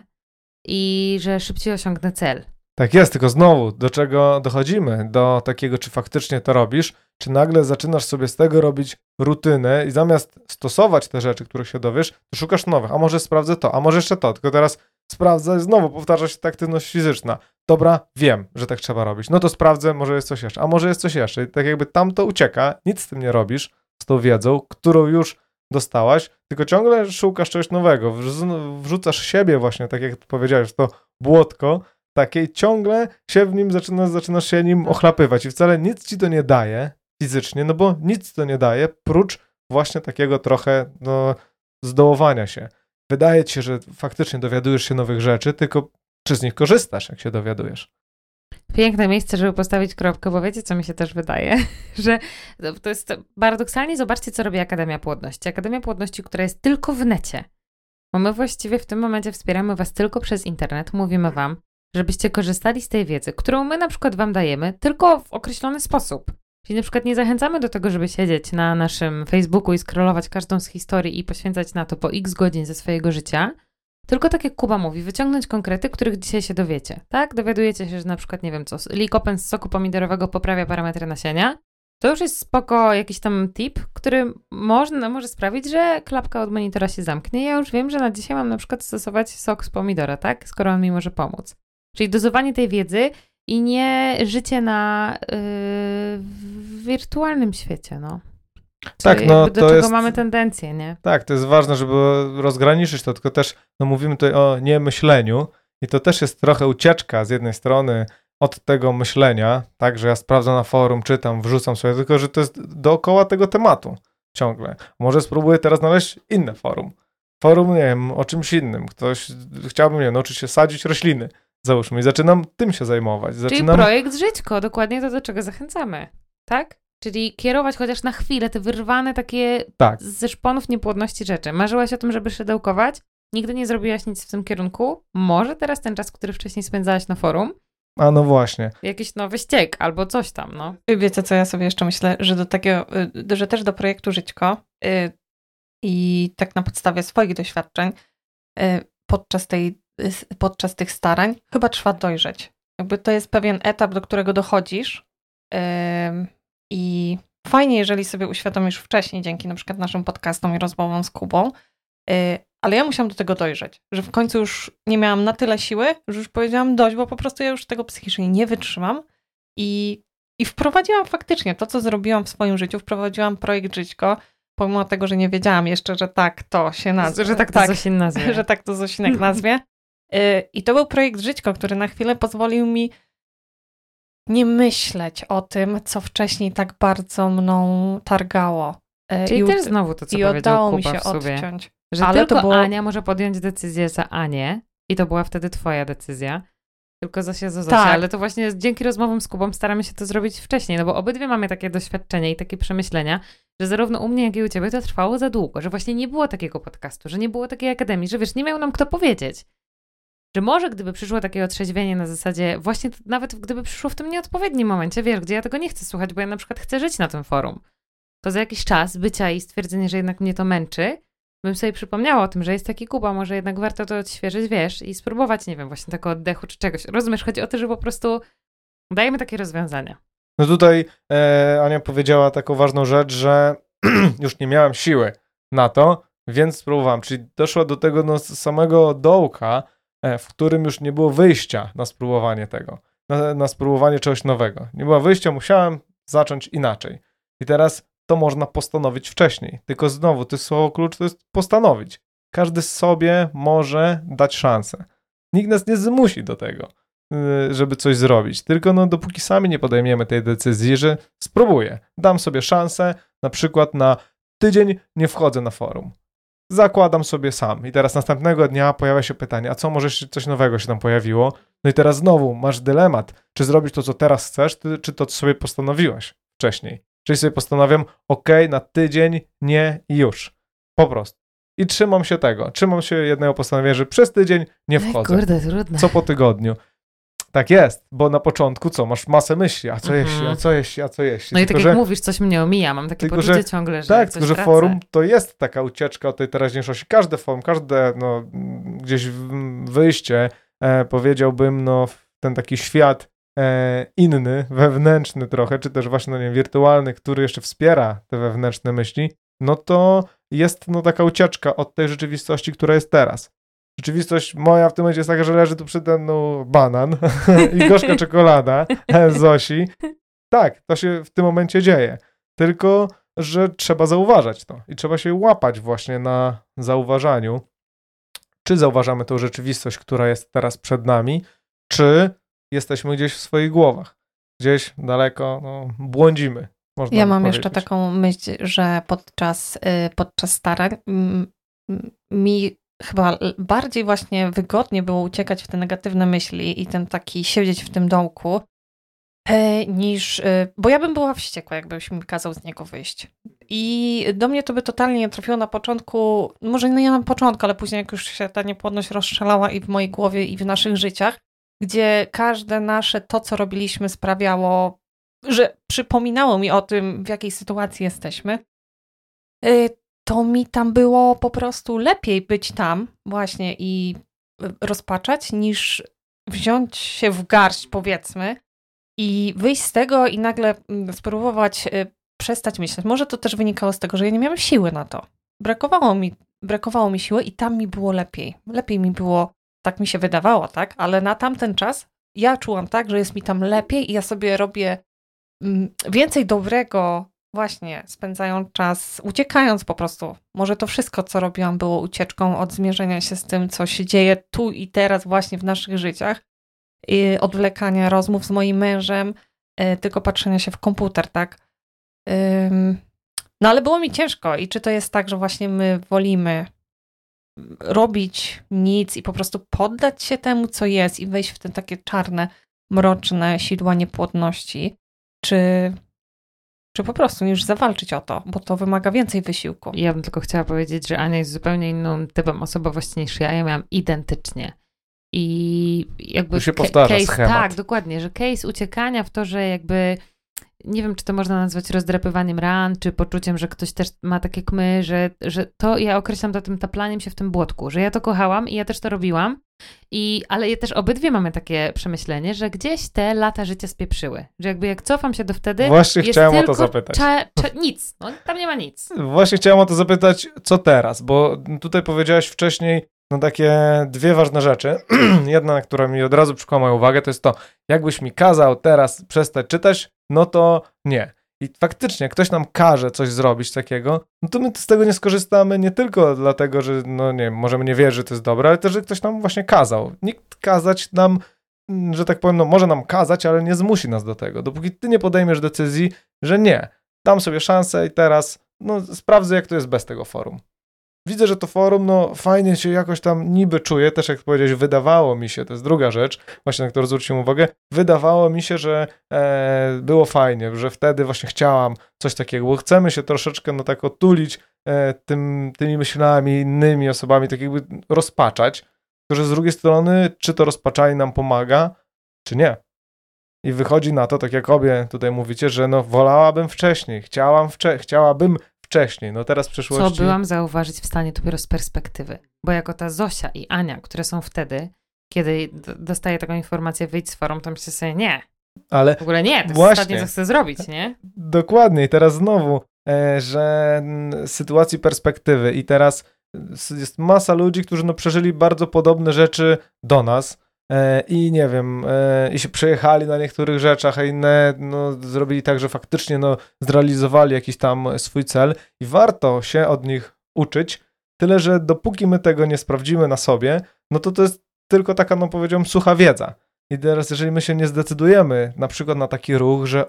S1: i że szybciej osiągnę cel.
S2: Tak jest, tylko znowu, do czego dochodzimy? Do takiego, czy faktycznie to robisz, czy nagle zaczynasz sobie z tego robić rutynę i zamiast stosować te rzeczy, których się dowiesz, to szukasz nowych. A może sprawdzę to, a może jeszcze to, tylko teraz sprawdzę, znowu powtarza się ta aktywność fizyczna. Dobra, wiem, że tak trzeba robić. No to sprawdzę, może jest coś jeszcze, a może jest coś jeszcze. I tak jakby tam to ucieka, nic z tym nie robisz, z tą wiedzą, którą już dostałaś, tylko ciągle szukasz czegoś nowego. Wrzucasz siebie właśnie, tak jak powiedziałeś, w to błotko takie i ciągle się w nim zaczynasz się nim ochlapywać i wcale nic ci to nie daje fizycznie, bo nic to nie daje, prócz właśnie takiego trochę zdołowania się. Wydaje ci się, że faktycznie dowiadujesz się nowych rzeczy, tylko czy z nich korzystasz, jak się dowiadujesz?
S1: Piękne miejsce, żeby postawić kropkę, bo wiecie, co mi się też wydaje, że to jest paradoksalnie, zobaczcie, co robi Akademia Płodności. Akademia Płodności, która jest tylko w necie. Bo my właściwie w tym momencie wspieramy was tylko przez internet, mówimy wam, żebyście korzystali z tej wiedzy, którą my na przykład wam dajemy, tylko w określony sposób. Czyli na przykład nie zachęcamy do tego, żeby siedzieć na naszym Facebooku i scrollować każdą z historii i poświęcać na to po x godzin ze swojego życia, tylko tak jak Kuba mówi, wyciągnąć konkrety, których dzisiaj się dowiecie, tak? Dowiadujecie się, że na przykład, nie wiem co, likopen z soku pomidorowego poprawia parametry nasienia. To już jest spoko jakiś tam tip, który może sprawić, że klapka od monitora się zamknie. Ja już wiem, że na dzisiaj mam na przykład stosować sok z pomidora, tak? Skoro on mi może pomóc. Czyli dozowanie tej wiedzy i nie życie na wirtualnym świecie,
S2: Tak,
S1: do czego mamy tendencję, nie?
S2: Tak, to jest ważne, żeby rozgraniczyć to, tylko też mówimy tutaj o niemyśleniu i to też jest trochę ucieczka z jednej strony od tego myślenia, tak, że ja sprawdzam na forum, czytam, wrzucam sobie, tylko że to jest dookoła tego tematu ciągle. Może spróbuję teraz znaleźć inne forum. Forum, nie wiem, o czymś innym. Chciałbym, nie wiem, nauczyć się sadzić rośliny, załóżmy, i zaczynam tym się zajmować.
S1: Czyli projekt Żyćko, dokładnie to, do czego zachęcamy, tak? Czyli kierować chociaż na chwilę te wyrwane takie ze szponów niepłodności rzeczy. Marzyłaś o tym, żeby szydełkować? Nigdy nie zrobiłaś nic w tym kierunku? Może teraz ten czas, który wcześniej spędzałaś na forum?
S2: A no właśnie.
S1: Jakiś nowy ściek albo coś tam,
S3: Wiecie, co ja sobie jeszcze myślę? Że do takiego, że też do projektu Żyćko i tak na podstawie swoich doświadczeń podczas tych starań chyba trzeba dojrzeć. Jakby to jest pewien etap, do którego dochodzisz i fajnie, jeżeli sobie uświadomisz wcześniej, dzięki na przykład naszym podcastom i rozmowom z Kubą, ale ja musiałam do tego dojrzeć, że w końcu już nie miałam na tyle siły, że już powiedziałam dość, bo po prostu ja już tego psychicznie nie wytrzymam i wprowadziłam faktycznie to, co zrobiłam w swoim życiu, wprowadziłam projekt Żyćko, pomimo tego, że nie wiedziałam jeszcze, że tak to się nazwie.
S1: Że tak to Zosinek nazwie.
S3: Że tak to Zosinek nazwie. I to był projekt Żyćko, który na chwilę pozwolił mi nie myśleć o tym, co wcześniej tak bardzo mną targało.
S1: Czyli też znowu to, co powiedział
S3: oddało
S1: Kuba
S3: mi się
S1: w sobie.
S3: odciąć.
S1: Że ale tylko to było... Ania może podjąć decyzję za Anię i to była wtedy twoja decyzja. Tylko Zosia za Zosię, ale to właśnie dzięki rozmowom z Kubą staramy się to zrobić wcześniej, no bo obydwie mamy takie doświadczenie i takie przemyślenia, że zarówno u mnie, jak i u ciebie to trwało za długo, że właśnie nie było takiego podcastu, że nie było takiej akademii, że wiesz, nie miał nam kto powiedzieć. Że może gdyby przyszło takie otrzeźwienie na zasadzie, właśnie nawet gdyby przyszło w tym nieodpowiednim momencie, wiesz, gdzie ja tego nie chcę słuchać, bo ja na przykład chcę żyć na tym forum, to za jakiś czas bycia i stwierdzenie, że jednak mnie to męczy, bym sobie przypomniała o tym, że jest taki Kuba, może jednak warto to odświeżyć, wiesz, i spróbować, nie wiem, właśnie takiego oddechu czy czegoś. Rozumiesz, chodzi o to, że po prostu dajemy takie rozwiązania.
S2: No tutaj Ania powiedziała taką ważną rzecz, że już nie miałem siły na to, więc spróbowałem. Czyli doszła do tego samego dołka, w którym już nie było wyjścia na spróbowanie tego, na spróbowanie czegoś nowego. Nie było wyjścia, musiałem zacząć inaczej. I teraz to można postanowić wcześniej. Tylko znowu, to słowo klucz to jest postanowić. Każdy sobie może dać szansę. Nikt nas nie zmusi do tego, żeby coś zrobić. Tylko dopóki sami nie podejmiemy tej decyzji, że spróbuję, dam sobie szansę, na przykład na tydzień nie wchodzę na forum. Zakładam sobie sam. I teraz następnego dnia pojawia się pytanie, a co, może coś nowego się tam pojawiło? No i teraz znowu masz dylemat, czy zrobić to, co teraz chcesz, czy to, co sobie postanowiłeś wcześniej. Czyli sobie postanawiam, na tydzień, nie i już. Po prostu. I trzymam się tego. Trzymam się jednego postanowienia, że przez tydzień nie wchodzę.
S1: Kurde, trudne.
S2: Co po tygodniu. Tak jest, bo na początku masz masę myśli, a co jeść, a co jeść, a co jeść.
S1: No i tak jak mówisz, coś mnie omija, mam takie poczucie ciągle, że
S2: tak,
S1: coś
S2: tylko że forum to jest taka ucieczka od tej teraźniejszości. Każde forum, każde gdzieś wyjście, powiedziałbym, w ten taki świat inny, wewnętrzny trochę, czy też właśnie, nie wiem, wirtualny, który jeszcze wspiera te wewnętrzne myśli, no to jest taka ucieczka od tej rzeczywistości, która jest teraz. Rzeczywistość moja w tym momencie jest taka, że leży tu przede mną banan i gorzka czekolada Zosi. Tak, to się w tym momencie dzieje. Tylko, że trzeba zauważać to i trzeba się łapać właśnie na zauważaniu, czy zauważamy tą rzeczywistość, która jest teraz przed nami, czy jesteśmy gdzieś w swoich głowach. Gdzieś daleko błądzimy.
S3: Ja mam jeszcze taką myśl, że podczas starań mi chyba bardziej właśnie wygodnie było uciekać w te negatywne myśli i ten taki siedzieć w tym dołku, niż, bo ja bym była wściekła, jakbyś mi kazał z niego wyjść. I do mnie to by totalnie nie trafiło na początku, może nie na początku, ale później jak już się ta niepłodność rozstrzelała i w mojej głowie i w naszych życiach, gdzie każde nasze to, co robiliśmy, sprawiało, że przypominało mi o tym, w jakiej sytuacji jesteśmy, to mi tam było po prostu lepiej być tam właśnie i rozpaczać, niż wziąć się w garść, powiedzmy, i wyjść z tego i nagle spróbować przestać myśleć. Może to też wynikało z tego, że ja nie miałam siły na to. Brakowało mi siły i tam mi było lepiej. Lepiej mi było, tak mi się wydawało, tak? Ale na tamten czas ja czułam tak, że jest mi tam lepiej i ja sobie robię więcej dobrego właśnie spędzając czas, uciekając po prostu. Może to wszystko, co robiłam, było ucieczką od zmierzenia się z tym, co się dzieje tu i teraz właśnie w naszych życiach. I odwlekania rozmów z moim mężem, tylko patrzenia się w komputer, tak? No ale było mi ciężko i czy to jest tak, że właśnie my wolimy robić nic i po prostu poddać się temu, co jest i wejść w te takie czarne, mroczne sidła niepłodności, czy po prostu już zawalczyć o to, bo to wymaga więcej wysiłku.
S1: Ja bym tylko chciała powiedzieć, że Ania jest zupełnie inną typem osobowości niż ja. Ja miałam identycznie. I jakby
S2: tu się powtarza
S1: case,
S2: schemat.
S1: tak, dokładnie, że case uciekania w to, że jakby nie wiem, czy to można nazwać rozdrapywaniem ran, czy poczuciem, że ktoś też ma tak jak my, że to ja określam to tym taplaniem się w tym błotku, że ja to kochałam i ja też to robiłam, ale też obydwie mamy takie przemyślenie, że gdzieś te lata życia spieprzyły, że jakby jak cofam się do wtedy,
S2: właśnie
S1: jest
S2: chciałem
S1: tylko
S2: o to zapytać.
S1: Nic, tam nie ma nic.
S2: Właśnie chciałem o to zapytać, co teraz, bo tutaj powiedziałaś wcześniej takie dwie ważne rzeczy. Jedna, która mi od razu przykuła moją uwagę, to jest to, jakbyś mi kazał teraz przestać czytać, no to nie. I faktycznie, jak ktoś nam każe coś zrobić takiego, no to my z tego nie skorzystamy nie tylko dlatego, że nie wiem, możemy nie wierzyć, że to jest dobre, ale też, że ktoś nam właśnie kazał. Nikt kazać nam, że tak powiem, może nam kazać, ale nie zmusi nas do tego. Dopóki ty nie podejmiesz decyzji, że nie, dam sobie szansę i teraz no sprawdzę, jak to jest bez tego forum. Widzę, że to forum, no fajnie się jakoś tam niby czuję, też jak powiedziałeś, wydawało mi się, to jest druga rzecz, właśnie na którą zwróciłem uwagę, wydawało mi się, że było fajnie, że wtedy właśnie chciałam coś takiego, bo chcemy się troszeczkę no tak otulić tymi myślami, innymi osobami, tak jakby rozpaczać, tylko że z drugiej strony, czy to rozpaczanie nam pomaga, czy nie. I wychodzi na to, tak jak obie tutaj mówicie, że no wolałabym wcześniej, chciałabym wcześniej, no teraz w przyszłości...
S1: Co byłam zauważyć w stanie dopiero z perspektywy, bo jako ta Zosia i Ania, które są wtedy, kiedy dostaję taką informację, wyjdź z forum, to myślę sobie, nie,
S2: ale
S1: w ogóle nie, to jest
S2: właśnie,
S1: ostatnie, co chcę zrobić, nie?
S2: Dokładnie i teraz znowu, że z sytuacji perspektywy i teraz jest masa ludzi, którzy no przeżyli bardzo podobne rzeczy do nas, i nie wiem, i się przejechali na niektórych rzeczach, a inne no, zrobili tak, że faktycznie no, zrealizowali jakiś tam swój cel i warto się od nich uczyć, tyle, że dopóki my tego nie sprawdzimy na sobie, no to jest tylko taka, no powiedziałbym, sucha wiedza. I teraz, jeżeli my się nie zdecydujemy na przykład na taki ruch, że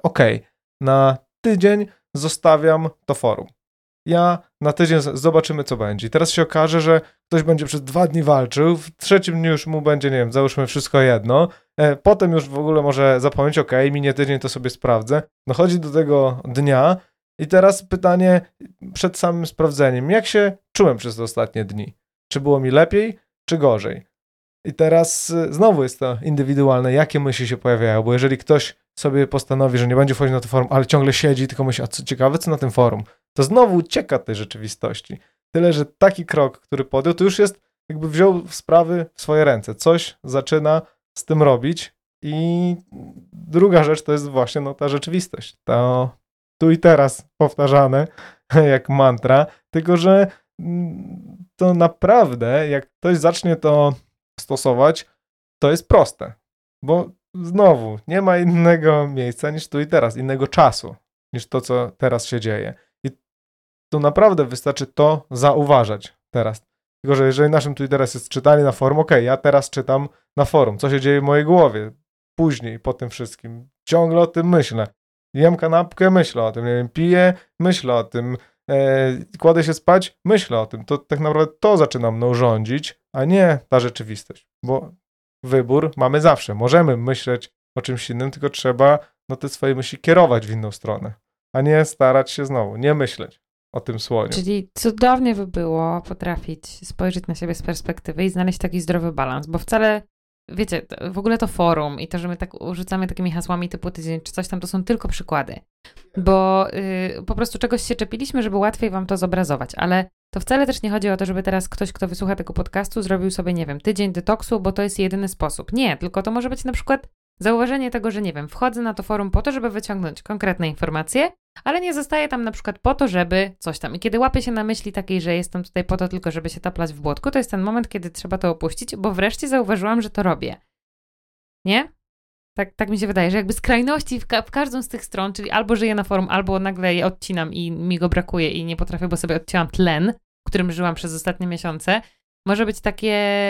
S2: na tydzień zostawiam to forum. Ja na tydzień zobaczymy, co będzie. I teraz się okaże, że ktoś będzie przez 2 dni walczył, w 3 dniu już mu będzie, nie wiem, załóżmy wszystko jedno, potem już w ogóle może zapomnieć, minie tydzień, to sobie sprawdzę. Dochodzi do tego dnia i teraz pytanie przed samym sprawdzeniem, jak się czułem przez te ostatnie dni? Czy było mi lepiej, czy gorzej? I teraz znowu jest to indywidualne, jakie myśli się pojawiają, bo jeżeli ktoś sobie postanowi, że nie będzie wchodzić na to forum, ale ciągle siedzi, tylko myśli, a co ciekawe, co na tym forum, to znowu ucieka tej rzeczywistości. Tyle, że taki krok, który podjął, to już jest, jakby wziął sprawy w swoje ręce. Coś zaczyna z tym robić i druga rzecz to jest właśnie no, ta rzeczywistość. To tu i teraz powtarzane jak mantra, tylko że to naprawdę, jak ktoś zacznie to stosować, to jest proste, bo znowu nie ma innego miejsca niż tu i teraz, innego czasu niż to, co teraz się dzieje. I tu naprawdę wystarczy to zauważać teraz. Tylko, że jeżeli naszym tu i teraz jest czytanie na forum, ja teraz czytam na forum, co się dzieje w mojej głowie, później, po tym wszystkim, ciągle o tym myślę. Jem kanapkę, myślę o tym, nie wiem, piję, myślę o tym, kładę się spać, myślę o tym. To tak naprawdę to zaczyna mną rządzić, a nie ta rzeczywistość, bo wybór mamy zawsze. Możemy myśleć o czymś innym, tylko trzeba te swoje myśli kierować w inną stronę, a nie starać się znowu, nie myśleć o tym słoniu.
S1: Czyli cudownie by było potrafić spojrzeć na siebie z perspektywy i znaleźć taki zdrowy balans, bo wcale, wiecie, w ogóle to forum i to, że my tak rzucamy takimi hasłami typu tydzień czy coś tam, to są tylko przykłady, bo po prostu czegoś się czepiliśmy, żeby łatwiej wam to zobrazować, ale to wcale też nie chodzi o to, żeby teraz ktoś, kto wysłucha tego podcastu, zrobił sobie, nie wiem, tydzień detoksu, bo to jest jedyny sposób. Nie, tylko to może być na przykład zauważenie tego, że nie wiem, wchodzę na to forum po to, żeby wyciągnąć konkretne informacje, ale nie zostaję tam na przykład po to, żeby coś tam. I kiedy łapię się na myśli takiej, że jestem tutaj po to tylko, żeby się taplać w błotku, to jest ten moment, kiedy trzeba to opuścić, bo wreszcie zauważyłam, że to robię. Nie? Tak mi się wydaje, że jakby skrajności w każdą z tych stron, czyli albo żyję na forum, albo nagle je odcinam i mi go brakuje i nie potrafię, bo sobie odcięłam tlen, w którym żyłam przez ostatnie miesiące, może być takie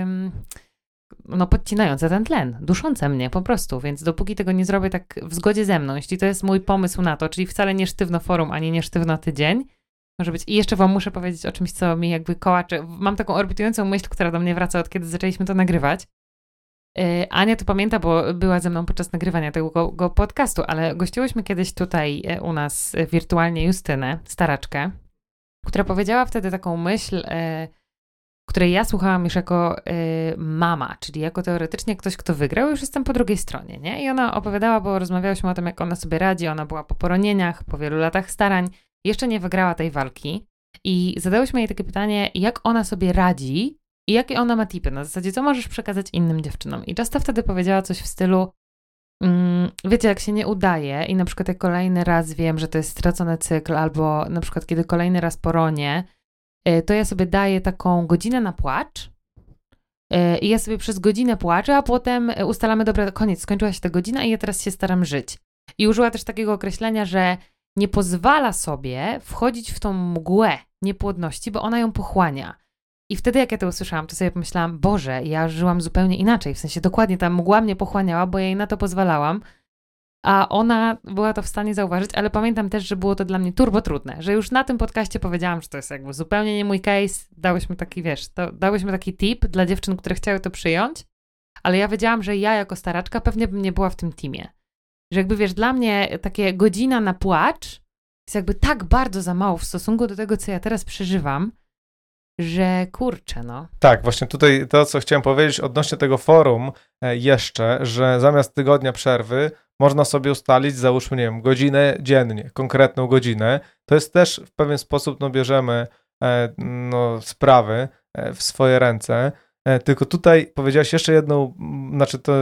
S1: podcinające ten tlen, duszące mnie po prostu, więc dopóki tego nie zrobię tak w zgodzie ze mną, jeśli to jest mój pomysł na to, czyli wcale nie sztywno forum, ani nie sztywno tydzień, może być. I jeszcze wam muszę powiedzieć o czymś, co mi jakby kołacze. Mam taką orbitującą myśl, która do mnie wraca, od kiedy zaczęliśmy to nagrywać. Ania to pamięta, bo była ze mną podczas nagrywania tego podcastu, ale gościłyśmy kiedyś tutaj u nas wirtualnie Justynę, staraczkę, która powiedziała wtedy taką myśl, której ja słuchałam już jako mama, czyli jako teoretycznie ktoś, kto wygrał, już jestem po drugiej stronie, nie? I ona opowiadała, bo rozmawiałyśmy o tym, jak ona sobie radzi, ona była po poronieniach, po wielu latach starań, jeszcze nie wygrała tej walki i zadałyśmy jej takie pytanie, jak ona sobie radzi i jakie ona ma tipy, na zasadzie, co możesz przekazać innym dziewczynom. I Justa wtedy powiedziała coś w stylu, wiecie, jak się nie udaje i na przykład jak kolejny raz wiem, że to jest stracony cykl, albo na przykład kiedy kolejny raz poronię, to ja sobie daję taką godzinę na płacz i ja sobie przez godzinę płaczę, a potem ustalamy, dobra, koniec, skończyła się ta godzina i ja teraz się staram żyć. I użyła też takiego określenia, że nie pozwala sobie wchodzić w tą mgłę niepłodności, bo ona ją pochłania. I wtedy, jak ja to usłyszałam, to sobie pomyślałam, Boże, ja żyłam zupełnie inaczej, w sensie dokładnie ta mgła mnie pochłaniała, bo ja jej na to pozwalałam. a ona była to w stanie zauważyć, ale pamiętam też, że było to dla mnie turbo trudne, że już na tym podcaście powiedziałam, że to jest jakby zupełnie nie mój case, dałyśmy taki, dałyśmy taki tip dla dziewczyn, które chciały to przyjąć, ale ja wiedziałam, że ja jako staraczka pewnie bym nie była w tym teamie. Że jakby, dla mnie takie godzina na płacz jest jakby tak bardzo za mało w stosunku do tego, co ja teraz przeżywam, że kurczę, no.
S2: Tak, właśnie tutaj to, co chciałem powiedzieć odnośnie tego forum jeszcze, że zamiast tygodnia przerwy można sobie ustalić, załóżmy, nie wiem, godzinę dziennie, konkretną godzinę. To jest też w pewien sposób, no bierzemy sprawy w swoje ręce. Tylko tutaj powiedziałaś jeszcze jedną, znaczy to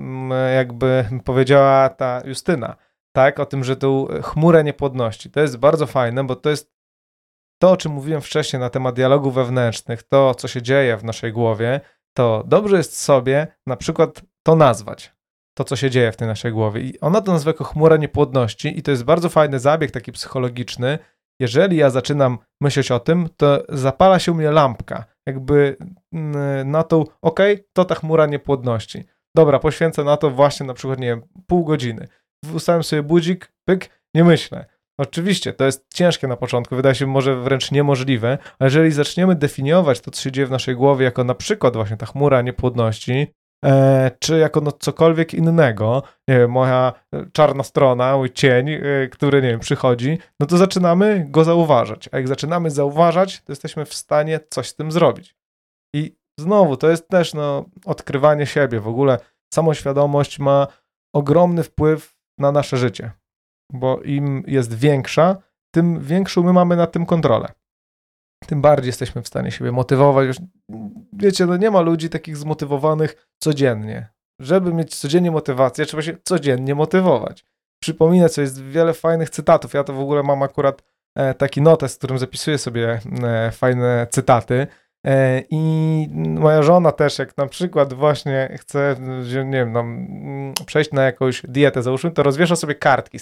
S2: jakby powiedziała ta Justyna, tak, o tym, że tą chmurę niepłodności. To jest bardzo fajne, bo to jest to, o czym mówiłem wcześniej na temat dialogów wewnętrznych, to, co się dzieje w naszej głowie, to dobrze jest sobie na przykład to nazwać, to, co się dzieje w tej naszej głowie. I ona to nazywa jako chmura niepłodności i to jest bardzo fajny zabieg taki psychologiczny. Jeżeli ja zaczynam myśleć o tym, to zapala się u mnie lampka, jakby na tą, to ta chmura niepłodności. Dobra, poświęcę na to właśnie na przykład, nie wiem, pół godziny. Ustawiam sobie budzik, pyk, nie myślę. Oczywiście, to jest ciężkie na początku, wydaje się może wręcz niemożliwe, ale jeżeli zaczniemy definiować to, co się dzieje w naszej głowie jako na przykład właśnie ta chmura niepłodności, czy jako cokolwiek innego, nie wiem, moja czarna strona, mój cień, który, nie wiem, przychodzi, no to zaczynamy go zauważać. A jak zaczynamy zauważać, to jesteśmy w stanie coś z tym zrobić. I znowu, to jest też odkrywanie siebie. W ogóle samoświadomość ma ogromny wpływ na nasze życie. Bo im jest większa, tym większą my mamy nad tym kontrolę. Tym bardziej jesteśmy w stanie siebie motywować. Już, wiecie, nie ma ludzi takich zmotywowanych codziennie. Żeby mieć codziennie motywację, trzeba się codziennie motywować. Przypominać, co jest wiele fajnych cytatów. Ja to w ogóle mam akurat taki notes, w którym zapisuję sobie fajne cytaty. I moja żona też, jak na przykład właśnie chce, nie wiem, przejść na jakąś dietę, załóżmy, to rozwiesza sobie kartki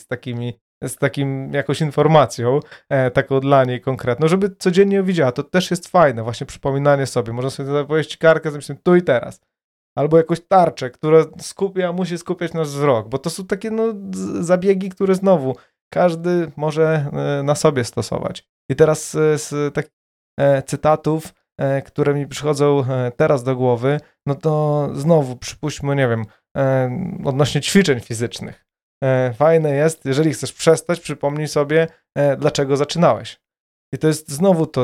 S2: z takim jakąś informacją, taką dla niej konkretną, żeby codziennie ją widziała. To też jest fajne, właśnie przypominanie sobie. Można sobie zapowiedzieć kartkę z napisem tu i teraz. Albo jakąś tarczę, która musi skupiać nasz wzrok, bo to są takie zabiegi, które znowu każdy może na sobie stosować. I teraz z takich cytatów, które mi przychodzą teraz do głowy, no to znowu przypuśćmy, nie wiem, odnośnie ćwiczeń fizycznych. Fajne jest, jeżeli chcesz przestać, przypomnij sobie, dlaczego zaczynałeś. I to jest znowu to,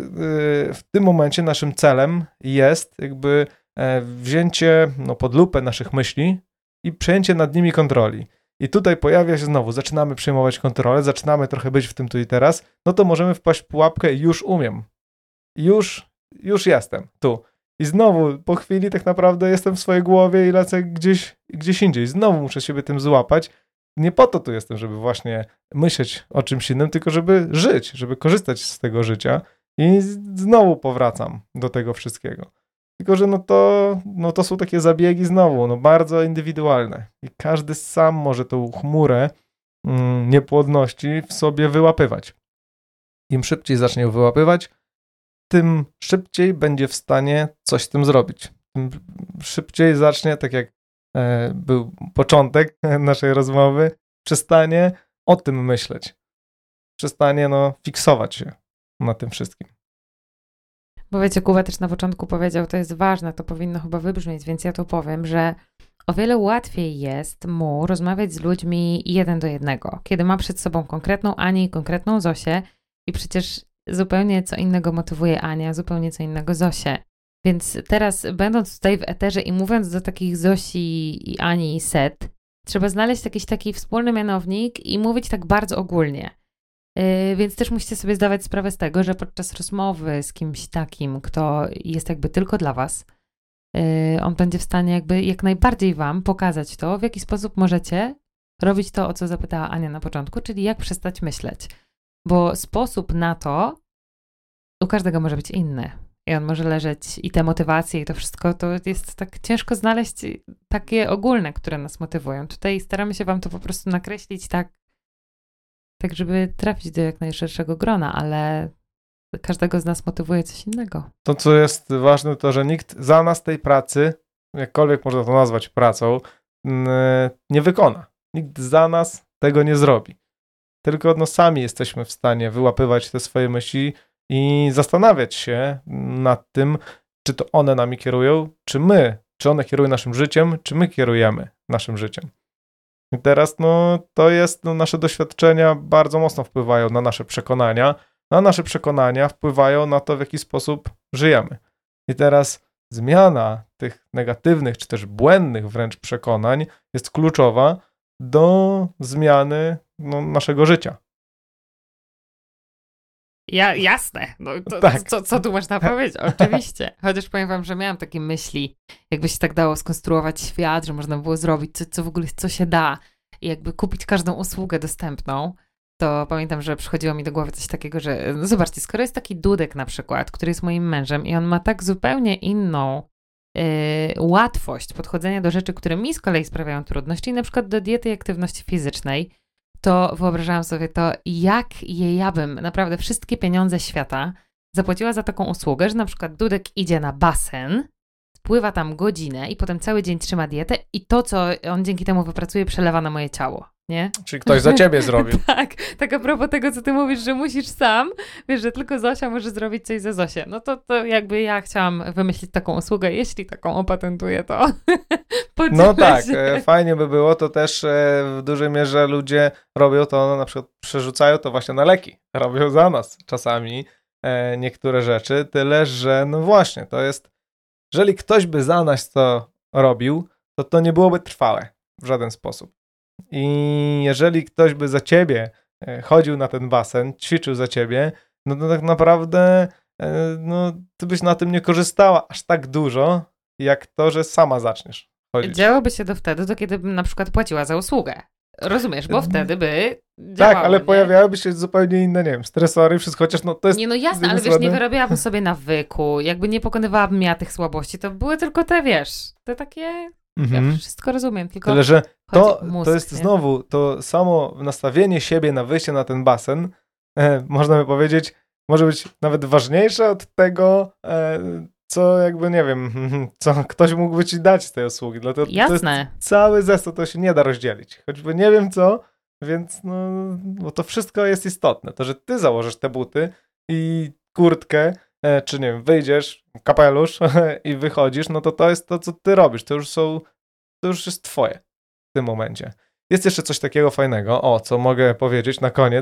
S2: w tym momencie naszym celem jest jakby wzięcie pod lupę naszych myśli i przejęcie nad nimi kontroli. I tutaj pojawia się znowu, zaczynamy przejmować kontrolę, zaczynamy trochę być w tym tu i teraz, no to możemy wpaść w pułapkę i już umiem. Już jestem tu. I znowu po chwili tak naprawdę jestem w swojej głowie i lecę gdzieś indziej. Znowu muszę siebie tym złapać. Nie po to tu jestem, żeby właśnie myśleć o czymś innym, tylko żeby żyć, żeby korzystać z tego życia i znowu powracam do tego wszystkiego. Tylko, że to są takie zabiegi znowu, bardzo indywidualne. I każdy sam może tą chmurę niepłodności w sobie wyłapywać. Im szybciej zacznie ją wyłapywać, tym szybciej będzie w stanie coś z tym zrobić. Tym szybciej zacznie, tak jak był początek naszej rozmowy, przestanie o tym myśleć. Przestanie fiksować się na tym wszystkim.
S1: Bo wiecie, Kuba też na początku powiedział, to jest ważne, to powinno chyba wybrzmieć, więc ja to powiem, że o wiele łatwiej jest mu rozmawiać z ludźmi 1 do 1, kiedy ma przed sobą konkretną Anię i konkretną Zosię i przecież zupełnie co innego motywuje Ania, zupełnie co innego Zosię. Więc teraz, będąc tutaj w eterze i mówiąc do takich Zosi i Ani i Set, trzeba znaleźć jakiś taki wspólny mianownik i mówić tak bardzo ogólnie. Więc też musicie sobie zdawać sprawę z tego, że podczas rozmowy z kimś takim, kto jest jakby tylko dla was, on będzie w stanie jakby jak najbardziej wam pokazać to, w jaki sposób możecie robić to, o co zapytała Ania na początku, czyli jak przestać myśleć. Bo sposób na to u każdego może być inny. I on może leżeć i te motywacje i to wszystko, to jest tak ciężko znaleźć takie ogólne, które nas motywują. Tutaj staramy się wam to po prostu nakreślić tak żeby trafić do jak najszerszego grona, ale każdego z nas motywuje coś innego.
S2: To, co jest ważne, to, że nikt za nas tej pracy, jakkolwiek można to nazwać pracą, nie wykona. Nikt za nas tego nie zrobi. Tylko no sami jesteśmy w stanie wyłapywać te swoje myśli i zastanawiać się nad tym, czy to one nami kierują, czy one kierują naszym życiem, czy my kierujemy naszym życiem. I teraz no to jest, no, nasze doświadczenia bardzo mocno wpływają na nasze przekonania, a nasze przekonania wpływają na to, w jaki sposób żyjemy. I teraz zmiana tych negatywnych, czy też błędnych wręcz przekonań jest kluczowa do zmiany naszego życia.
S1: Jasne. No,
S2: Tak.
S1: Co tu można powiedzieć? Oczywiście. Chociaż powiem wam, że miałam takie myśli, jakby się tak dało skonstruować świat, że można było zrobić co w ogóle, co się da i jakby kupić każdą usługę dostępną, to pamiętam, że przychodziło mi do głowy coś takiego, że no zobaczcie, skoro jest taki Dudek na przykład, który jest moim mężem i on ma tak zupełnie inną łatwość podchodzenia do rzeczy, które mi z kolei sprawiają trudności, na przykład do diety i aktywności fizycznej, to wyobrażałam sobie to, jak ja bym naprawdę wszystkie pieniądze świata zapłaciła za taką usługę, że na przykład Dudek idzie na basen, pływa tam godzinę i potem cały dzień trzyma dietę i to, co on dzięki temu wypracuje, przelewa na moje ciało, nie?
S2: Czyli ktoś za ciebie zrobił.
S1: Tak a propos tego, co ty mówisz, że musisz sam, wiesz, że tylko Zosia może zrobić coś za Zosię. No to jakby ja chciałam wymyślić taką usługę, jeśli taką opatentuję, to
S2: No tak, fajnie by było, to też w dużej mierze ludzie robią to, na przykład przerzucają to właśnie na leki, robią za nas czasami niektóre rzeczy, tyle, że no właśnie, to jest, jeżeli ktoś by za nas to robił, to nie byłoby trwałe w żaden sposób. I jeżeli ktoś by za ciebie chodził na ten basen, ćwiczył za ciebie, no to tak naprawdę no, ty byś na tym nie korzystała aż tak dużo, jak to, że sama zaczniesz chodzić.
S1: Działoby się to wtedy, kiedy bym na przykład płaciła za usługę. Rozumiesz, bo wtedy by działało,
S2: tak, ale
S1: nie?
S2: pojawiałyby się zupełnie inne, nie wiem, stresory, wszystko, chociaż no to jest...
S1: Nie, no jasne, ale wiesz, nie wyrabiałabym sobie nawyku, jakby nie pokonywałabym ja tych słabości, to były tylko te, wiesz, te takie... Ja wszystko rozumiem, tylko
S2: tyle, że
S1: mózg,
S2: to jest
S1: nie?
S2: znowu to samo nastawienie siebie na wyjście na ten basen, można by powiedzieć, może być nawet ważniejsze od tego, co jakby, nie wiem, co ktoś mógłby ci dać z tej usługi. Dlatego
S1: Jasne.
S2: To jest cały zestaw, to się nie da rozdzielić. Choćby nie wiem co, więc no, bo to wszystko jest istotne. To, że ty założysz te buty i kurtkę, czy nie wiem, wyjdziesz, kapelusz i wychodzisz, no to jest to, co ty robisz. To już jest twoje w tym momencie. Jest jeszcze coś takiego fajnego, co mogę powiedzieć na koniec,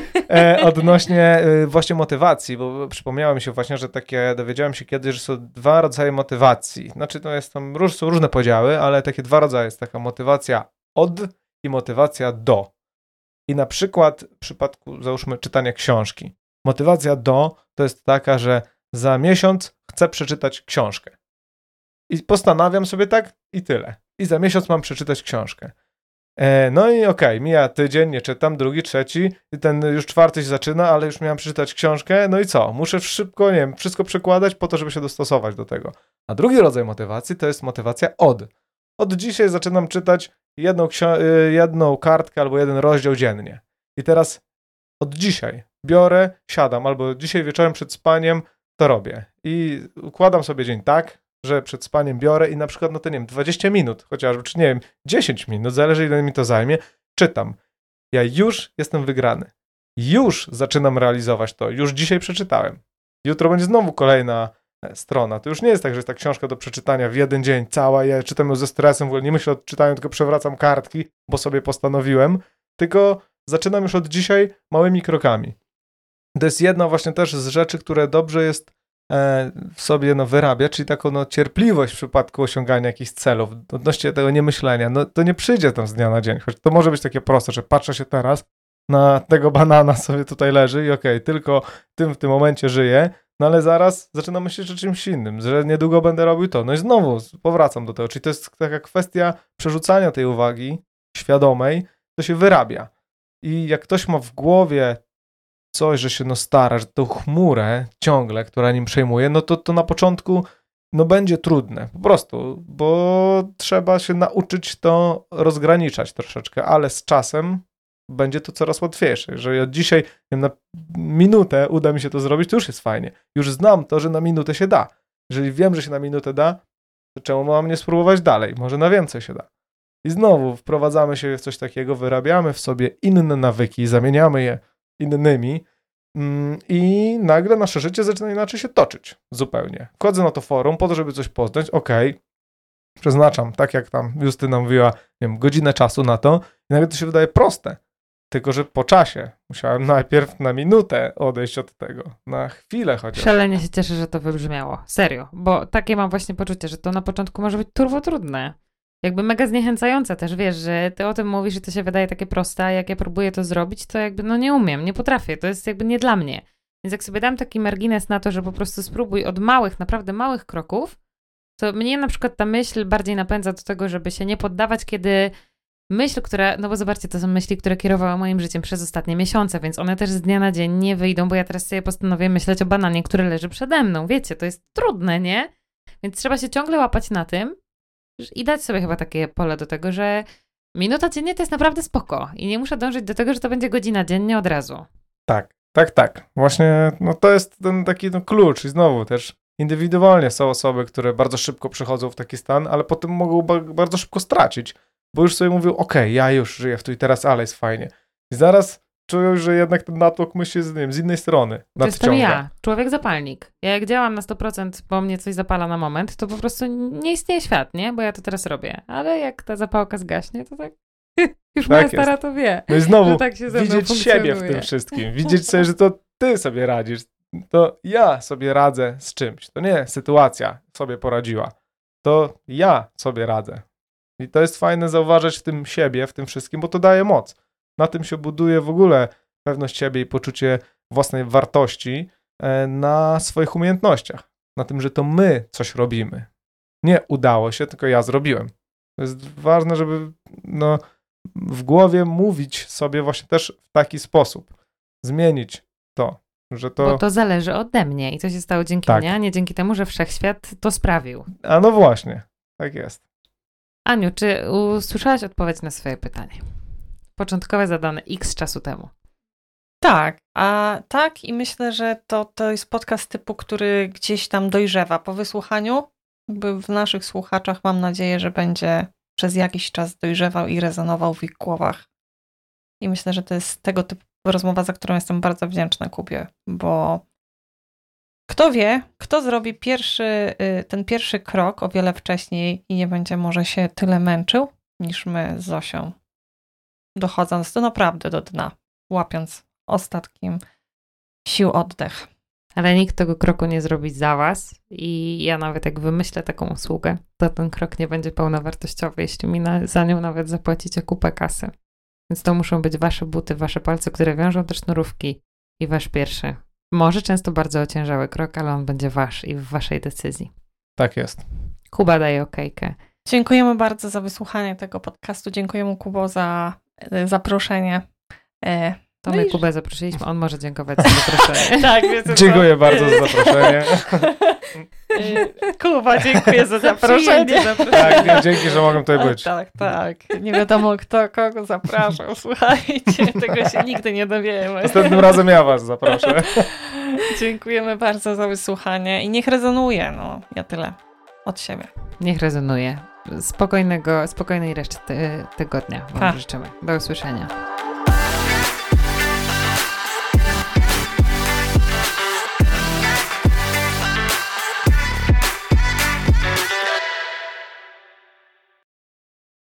S2: odnośnie właśnie motywacji, bo przypomniało mi się właśnie, że dowiedziałem się kiedyś, że są dwa rodzaje motywacji. Znaczy, to jest tam, są różne podziały, ale takie dwa rodzaje. Jest taka motywacja od i motywacja do. I na przykład w przypadku, załóżmy, czytania książki. Motywacja do to jest taka, że za miesiąc chcę przeczytać książkę. I postanawiam sobie tak i tyle. I za miesiąc mam przeczytać książkę. No i okej, mija tydzień, nie czytam, drugi, trzeci, i ten już czwarty się zaczyna, ale już miałem przeczytać książkę, no i co? Muszę szybko, nie wiem, wszystko przekładać po to, żeby się dostosować do tego. A drugi rodzaj motywacji to jest motywacja od. Od dzisiaj zaczynam czytać jedną kartkę albo jeden rozdział dziennie. I teraz od dzisiaj biorę, siadam, albo dzisiaj wieczorem przed spaniem to robię. I układam sobie dzień tak, że przed spaniem biorę i na przykład, no to nie wiem, 20 minut chociażby, czy nie wiem, 10 minut, zależy ile mi to zajmie, czytam. Ja już jestem wygrany. Już zaczynam realizować to. Już dzisiaj przeczytałem. Jutro będzie znowu kolejna strona. To już nie jest tak, że jest ta książka do przeczytania w jeden dzień cała, ja czytam ją ze stresem, w ogóle nie myślę o czytaniu, tylko przewracam kartki, bo sobie postanowiłem, tylko zaczynam już od dzisiaj małymi krokami. To jest jedna właśnie też z rzeczy, które dobrze jest w sobie wyrabiać, czyli taką cierpliwość w przypadku osiągania jakichś celów, odnośnie tego niemyślenia. No to nie przyjdzie tam z dnia na dzień, choć to może być takie proste, że patrzę się teraz na tego banana sobie tutaj leży i okej, tylko w tym momencie żyję, no ale zaraz zaczynam myśleć o czymś innym, że niedługo będę robił to. No i znowu powracam do tego, czyli to jest taka kwestia przerzucania tej uwagi świadomej, to się wyrabia. I jak ktoś ma w głowie coś, że się stara, że tą chmurę ciągle, która nim przejmuje, no to na początku będzie trudne, po prostu, bo trzeba się nauczyć to rozgraniczać troszeczkę, ale z czasem będzie to coraz łatwiejsze. Jeżeli od dzisiaj na minutę uda mi się to zrobić, to już jest fajnie. Już znam to, że na minutę się da. Jeżeli wiem, że się na minutę da, to czemu mam nie spróbować dalej? Może na więcej się da. I znowu wprowadzamy się w coś takiego, wyrabiamy w sobie inne nawyki, zamieniamy je innymi i nagle nasze życie zaczyna inaczej się toczyć zupełnie. Wchodzę na to forum po to, żeby coś poznać, przeznaczam, tak jak tam Justyna mówiła, nie wiem, godzinę czasu na to i nagle to się wydaje proste. Tylko że po czasie musiałem najpierw na minutę odejść od tego, na chwilę chociaż.
S1: Szalenie się cieszę, że to wybrzmiało. Serio, bo takie mam właśnie poczucie, że to na początku może być turbo trudne. Jakby mega zniechęcające też, wiesz, że ty o tym mówisz i to się wydaje takie proste, a jak ja próbuję to zrobić, to jakby nie umiem, nie potrafię, to jest jakby nie dla mnie. Więc jak sobie dam taki margines na to, że po prostu spróbuj od małych, naprawdę małych kroków, to mnie na przykład ta myśl bardziej napędza do tego, żeby się nie poddawać, kiedy myśl, która, no bo zobaczcie, to są myśli, które kierowały moim życiem przez ostatnie miesiące, więc one też z dnia na dzień nie wyjdą, bo ja teraz sobie postanowię myśleć o bananie, który leży przede mną. Wiecie, to jest trudne, nie? Więc trzeba się ciągle łapać na tym i dać sobie chyba takie pole do tego, że minuta dziennie to jest naprawdę spoko i nie muszę dążyć do tego, że to będzie godzina dziennie od razu.
S2: Tak. Właśnie, no to jest ten taki klucz i znowu też indywidualnie są osoby, które bardzo szybko przychodzą w taki stan, ale potem mogą bardzo szybko stracić, bo już sobie mówią, ja już żyję w tu i teraz, ale jest fajnie. I zaraz czują, że jednak ten natłok myśli z innej strony nadciąga.
S1: To jestem ja, człowiek zapalnik. Ja jak działam na 100%, bo mnie coś zapala na moment, to po prostu nie istnieje świat, nie? Bo ja to teraz robię. Ale jak ta zapałka zgaśnie, to tak już moja stara to wie.
S2: No i znowu
S1: tak się
S2: widzieć siebie w tym wszystkim. Widzieć sobie, że to ty sobie radzisz. To ja sobie radzę z czymś. To nie sytuacja sobie poradziła. To ja sobie radzę. I to jest fajne zauważać w tym siebie, w tym wszystkim, bo to daje moc. Na tym się buduje w ogóle pewność siebie i poczucie własnej wartości na swoich umiejętnościach. Na tym, że to my coś robimy. Nie udało się, tylko ja zrobiłem. To jest ważne, żeby w głowie mówić sobie właśnie też w taki sposób. Zmienić to, że to...
S1: Bo to zależy ode mnie i to się stało dzięki mnie, a nie dzięki temu, że wszechświat to sprawił.
S2: A no właśnie, tak jest.
S1: Aniu, czy usłyszałaś odpowiedź na swoje pytanie? Początkowe zadane x czasu temu.
S3: Tak i myślę, że to jest podcast typu, który gdzieś tam dojrzewa po wysłuchaniu. Jakby w naszych słuchaczach mam nadzieję, że będzie przez jakiś czas dojrzewał i rezonował w ich głowach. I myślę, że to jest tego typu rozmowa, za którą jestem bardzo wdzięczna Kubie, bo kto wie, kto zrobi ten pierwszy krok o wiele wcześniej i nie będzie może się tyle męczył, niż my z Zosią, dochodząc naprawdę do dna, łapiąc ostatkiem sił oddech.
S1: Ale nikt tego kroku nie zrobi za was i ja nawet jak wymyślę taką usługę, to ten krok nie będzie pełnowartościowy, jeśli mi za nią nawet zapłacicie kupę kasy. Więc to muszą być wasze buty, wasze palce, które wiążą te sznurówki i wasz pierwszy, może często bardzo ociężały krok, ale on będzie wasz i w waszej decyzji.
S2: Tak jest.
S1: Kuba daje okejkę.
S3: Dziękujemy bardzo za wysłuchanie tego podcastu. Dziękujemy Kubo za zaproszenie.
S1: To my Kubę zaprosiliśmy, on może dziękować za zaproszenie.
S3: Tak, wiecie co?
S2: Dziękuję bardzo za zaproszenie.
S3: Kuba, dziękuję za zaproszenie.
S2: Tak, dzięki, że mogłem tutaj być.
S3: Tak. Nie wiadomo kto kogo zapraszał. Słuchajcie, tego się nigdy nie dowiemy.
S2: Następnym razem ja was zaproszę.
S3: Dziękujemy bardzo za wysłuchanie i niech rezonuje. Ja tyle od siebie.
S1: Niech rezonuje. Spokojnej reszty tygodnia wam życzymy. Do usłyszenia.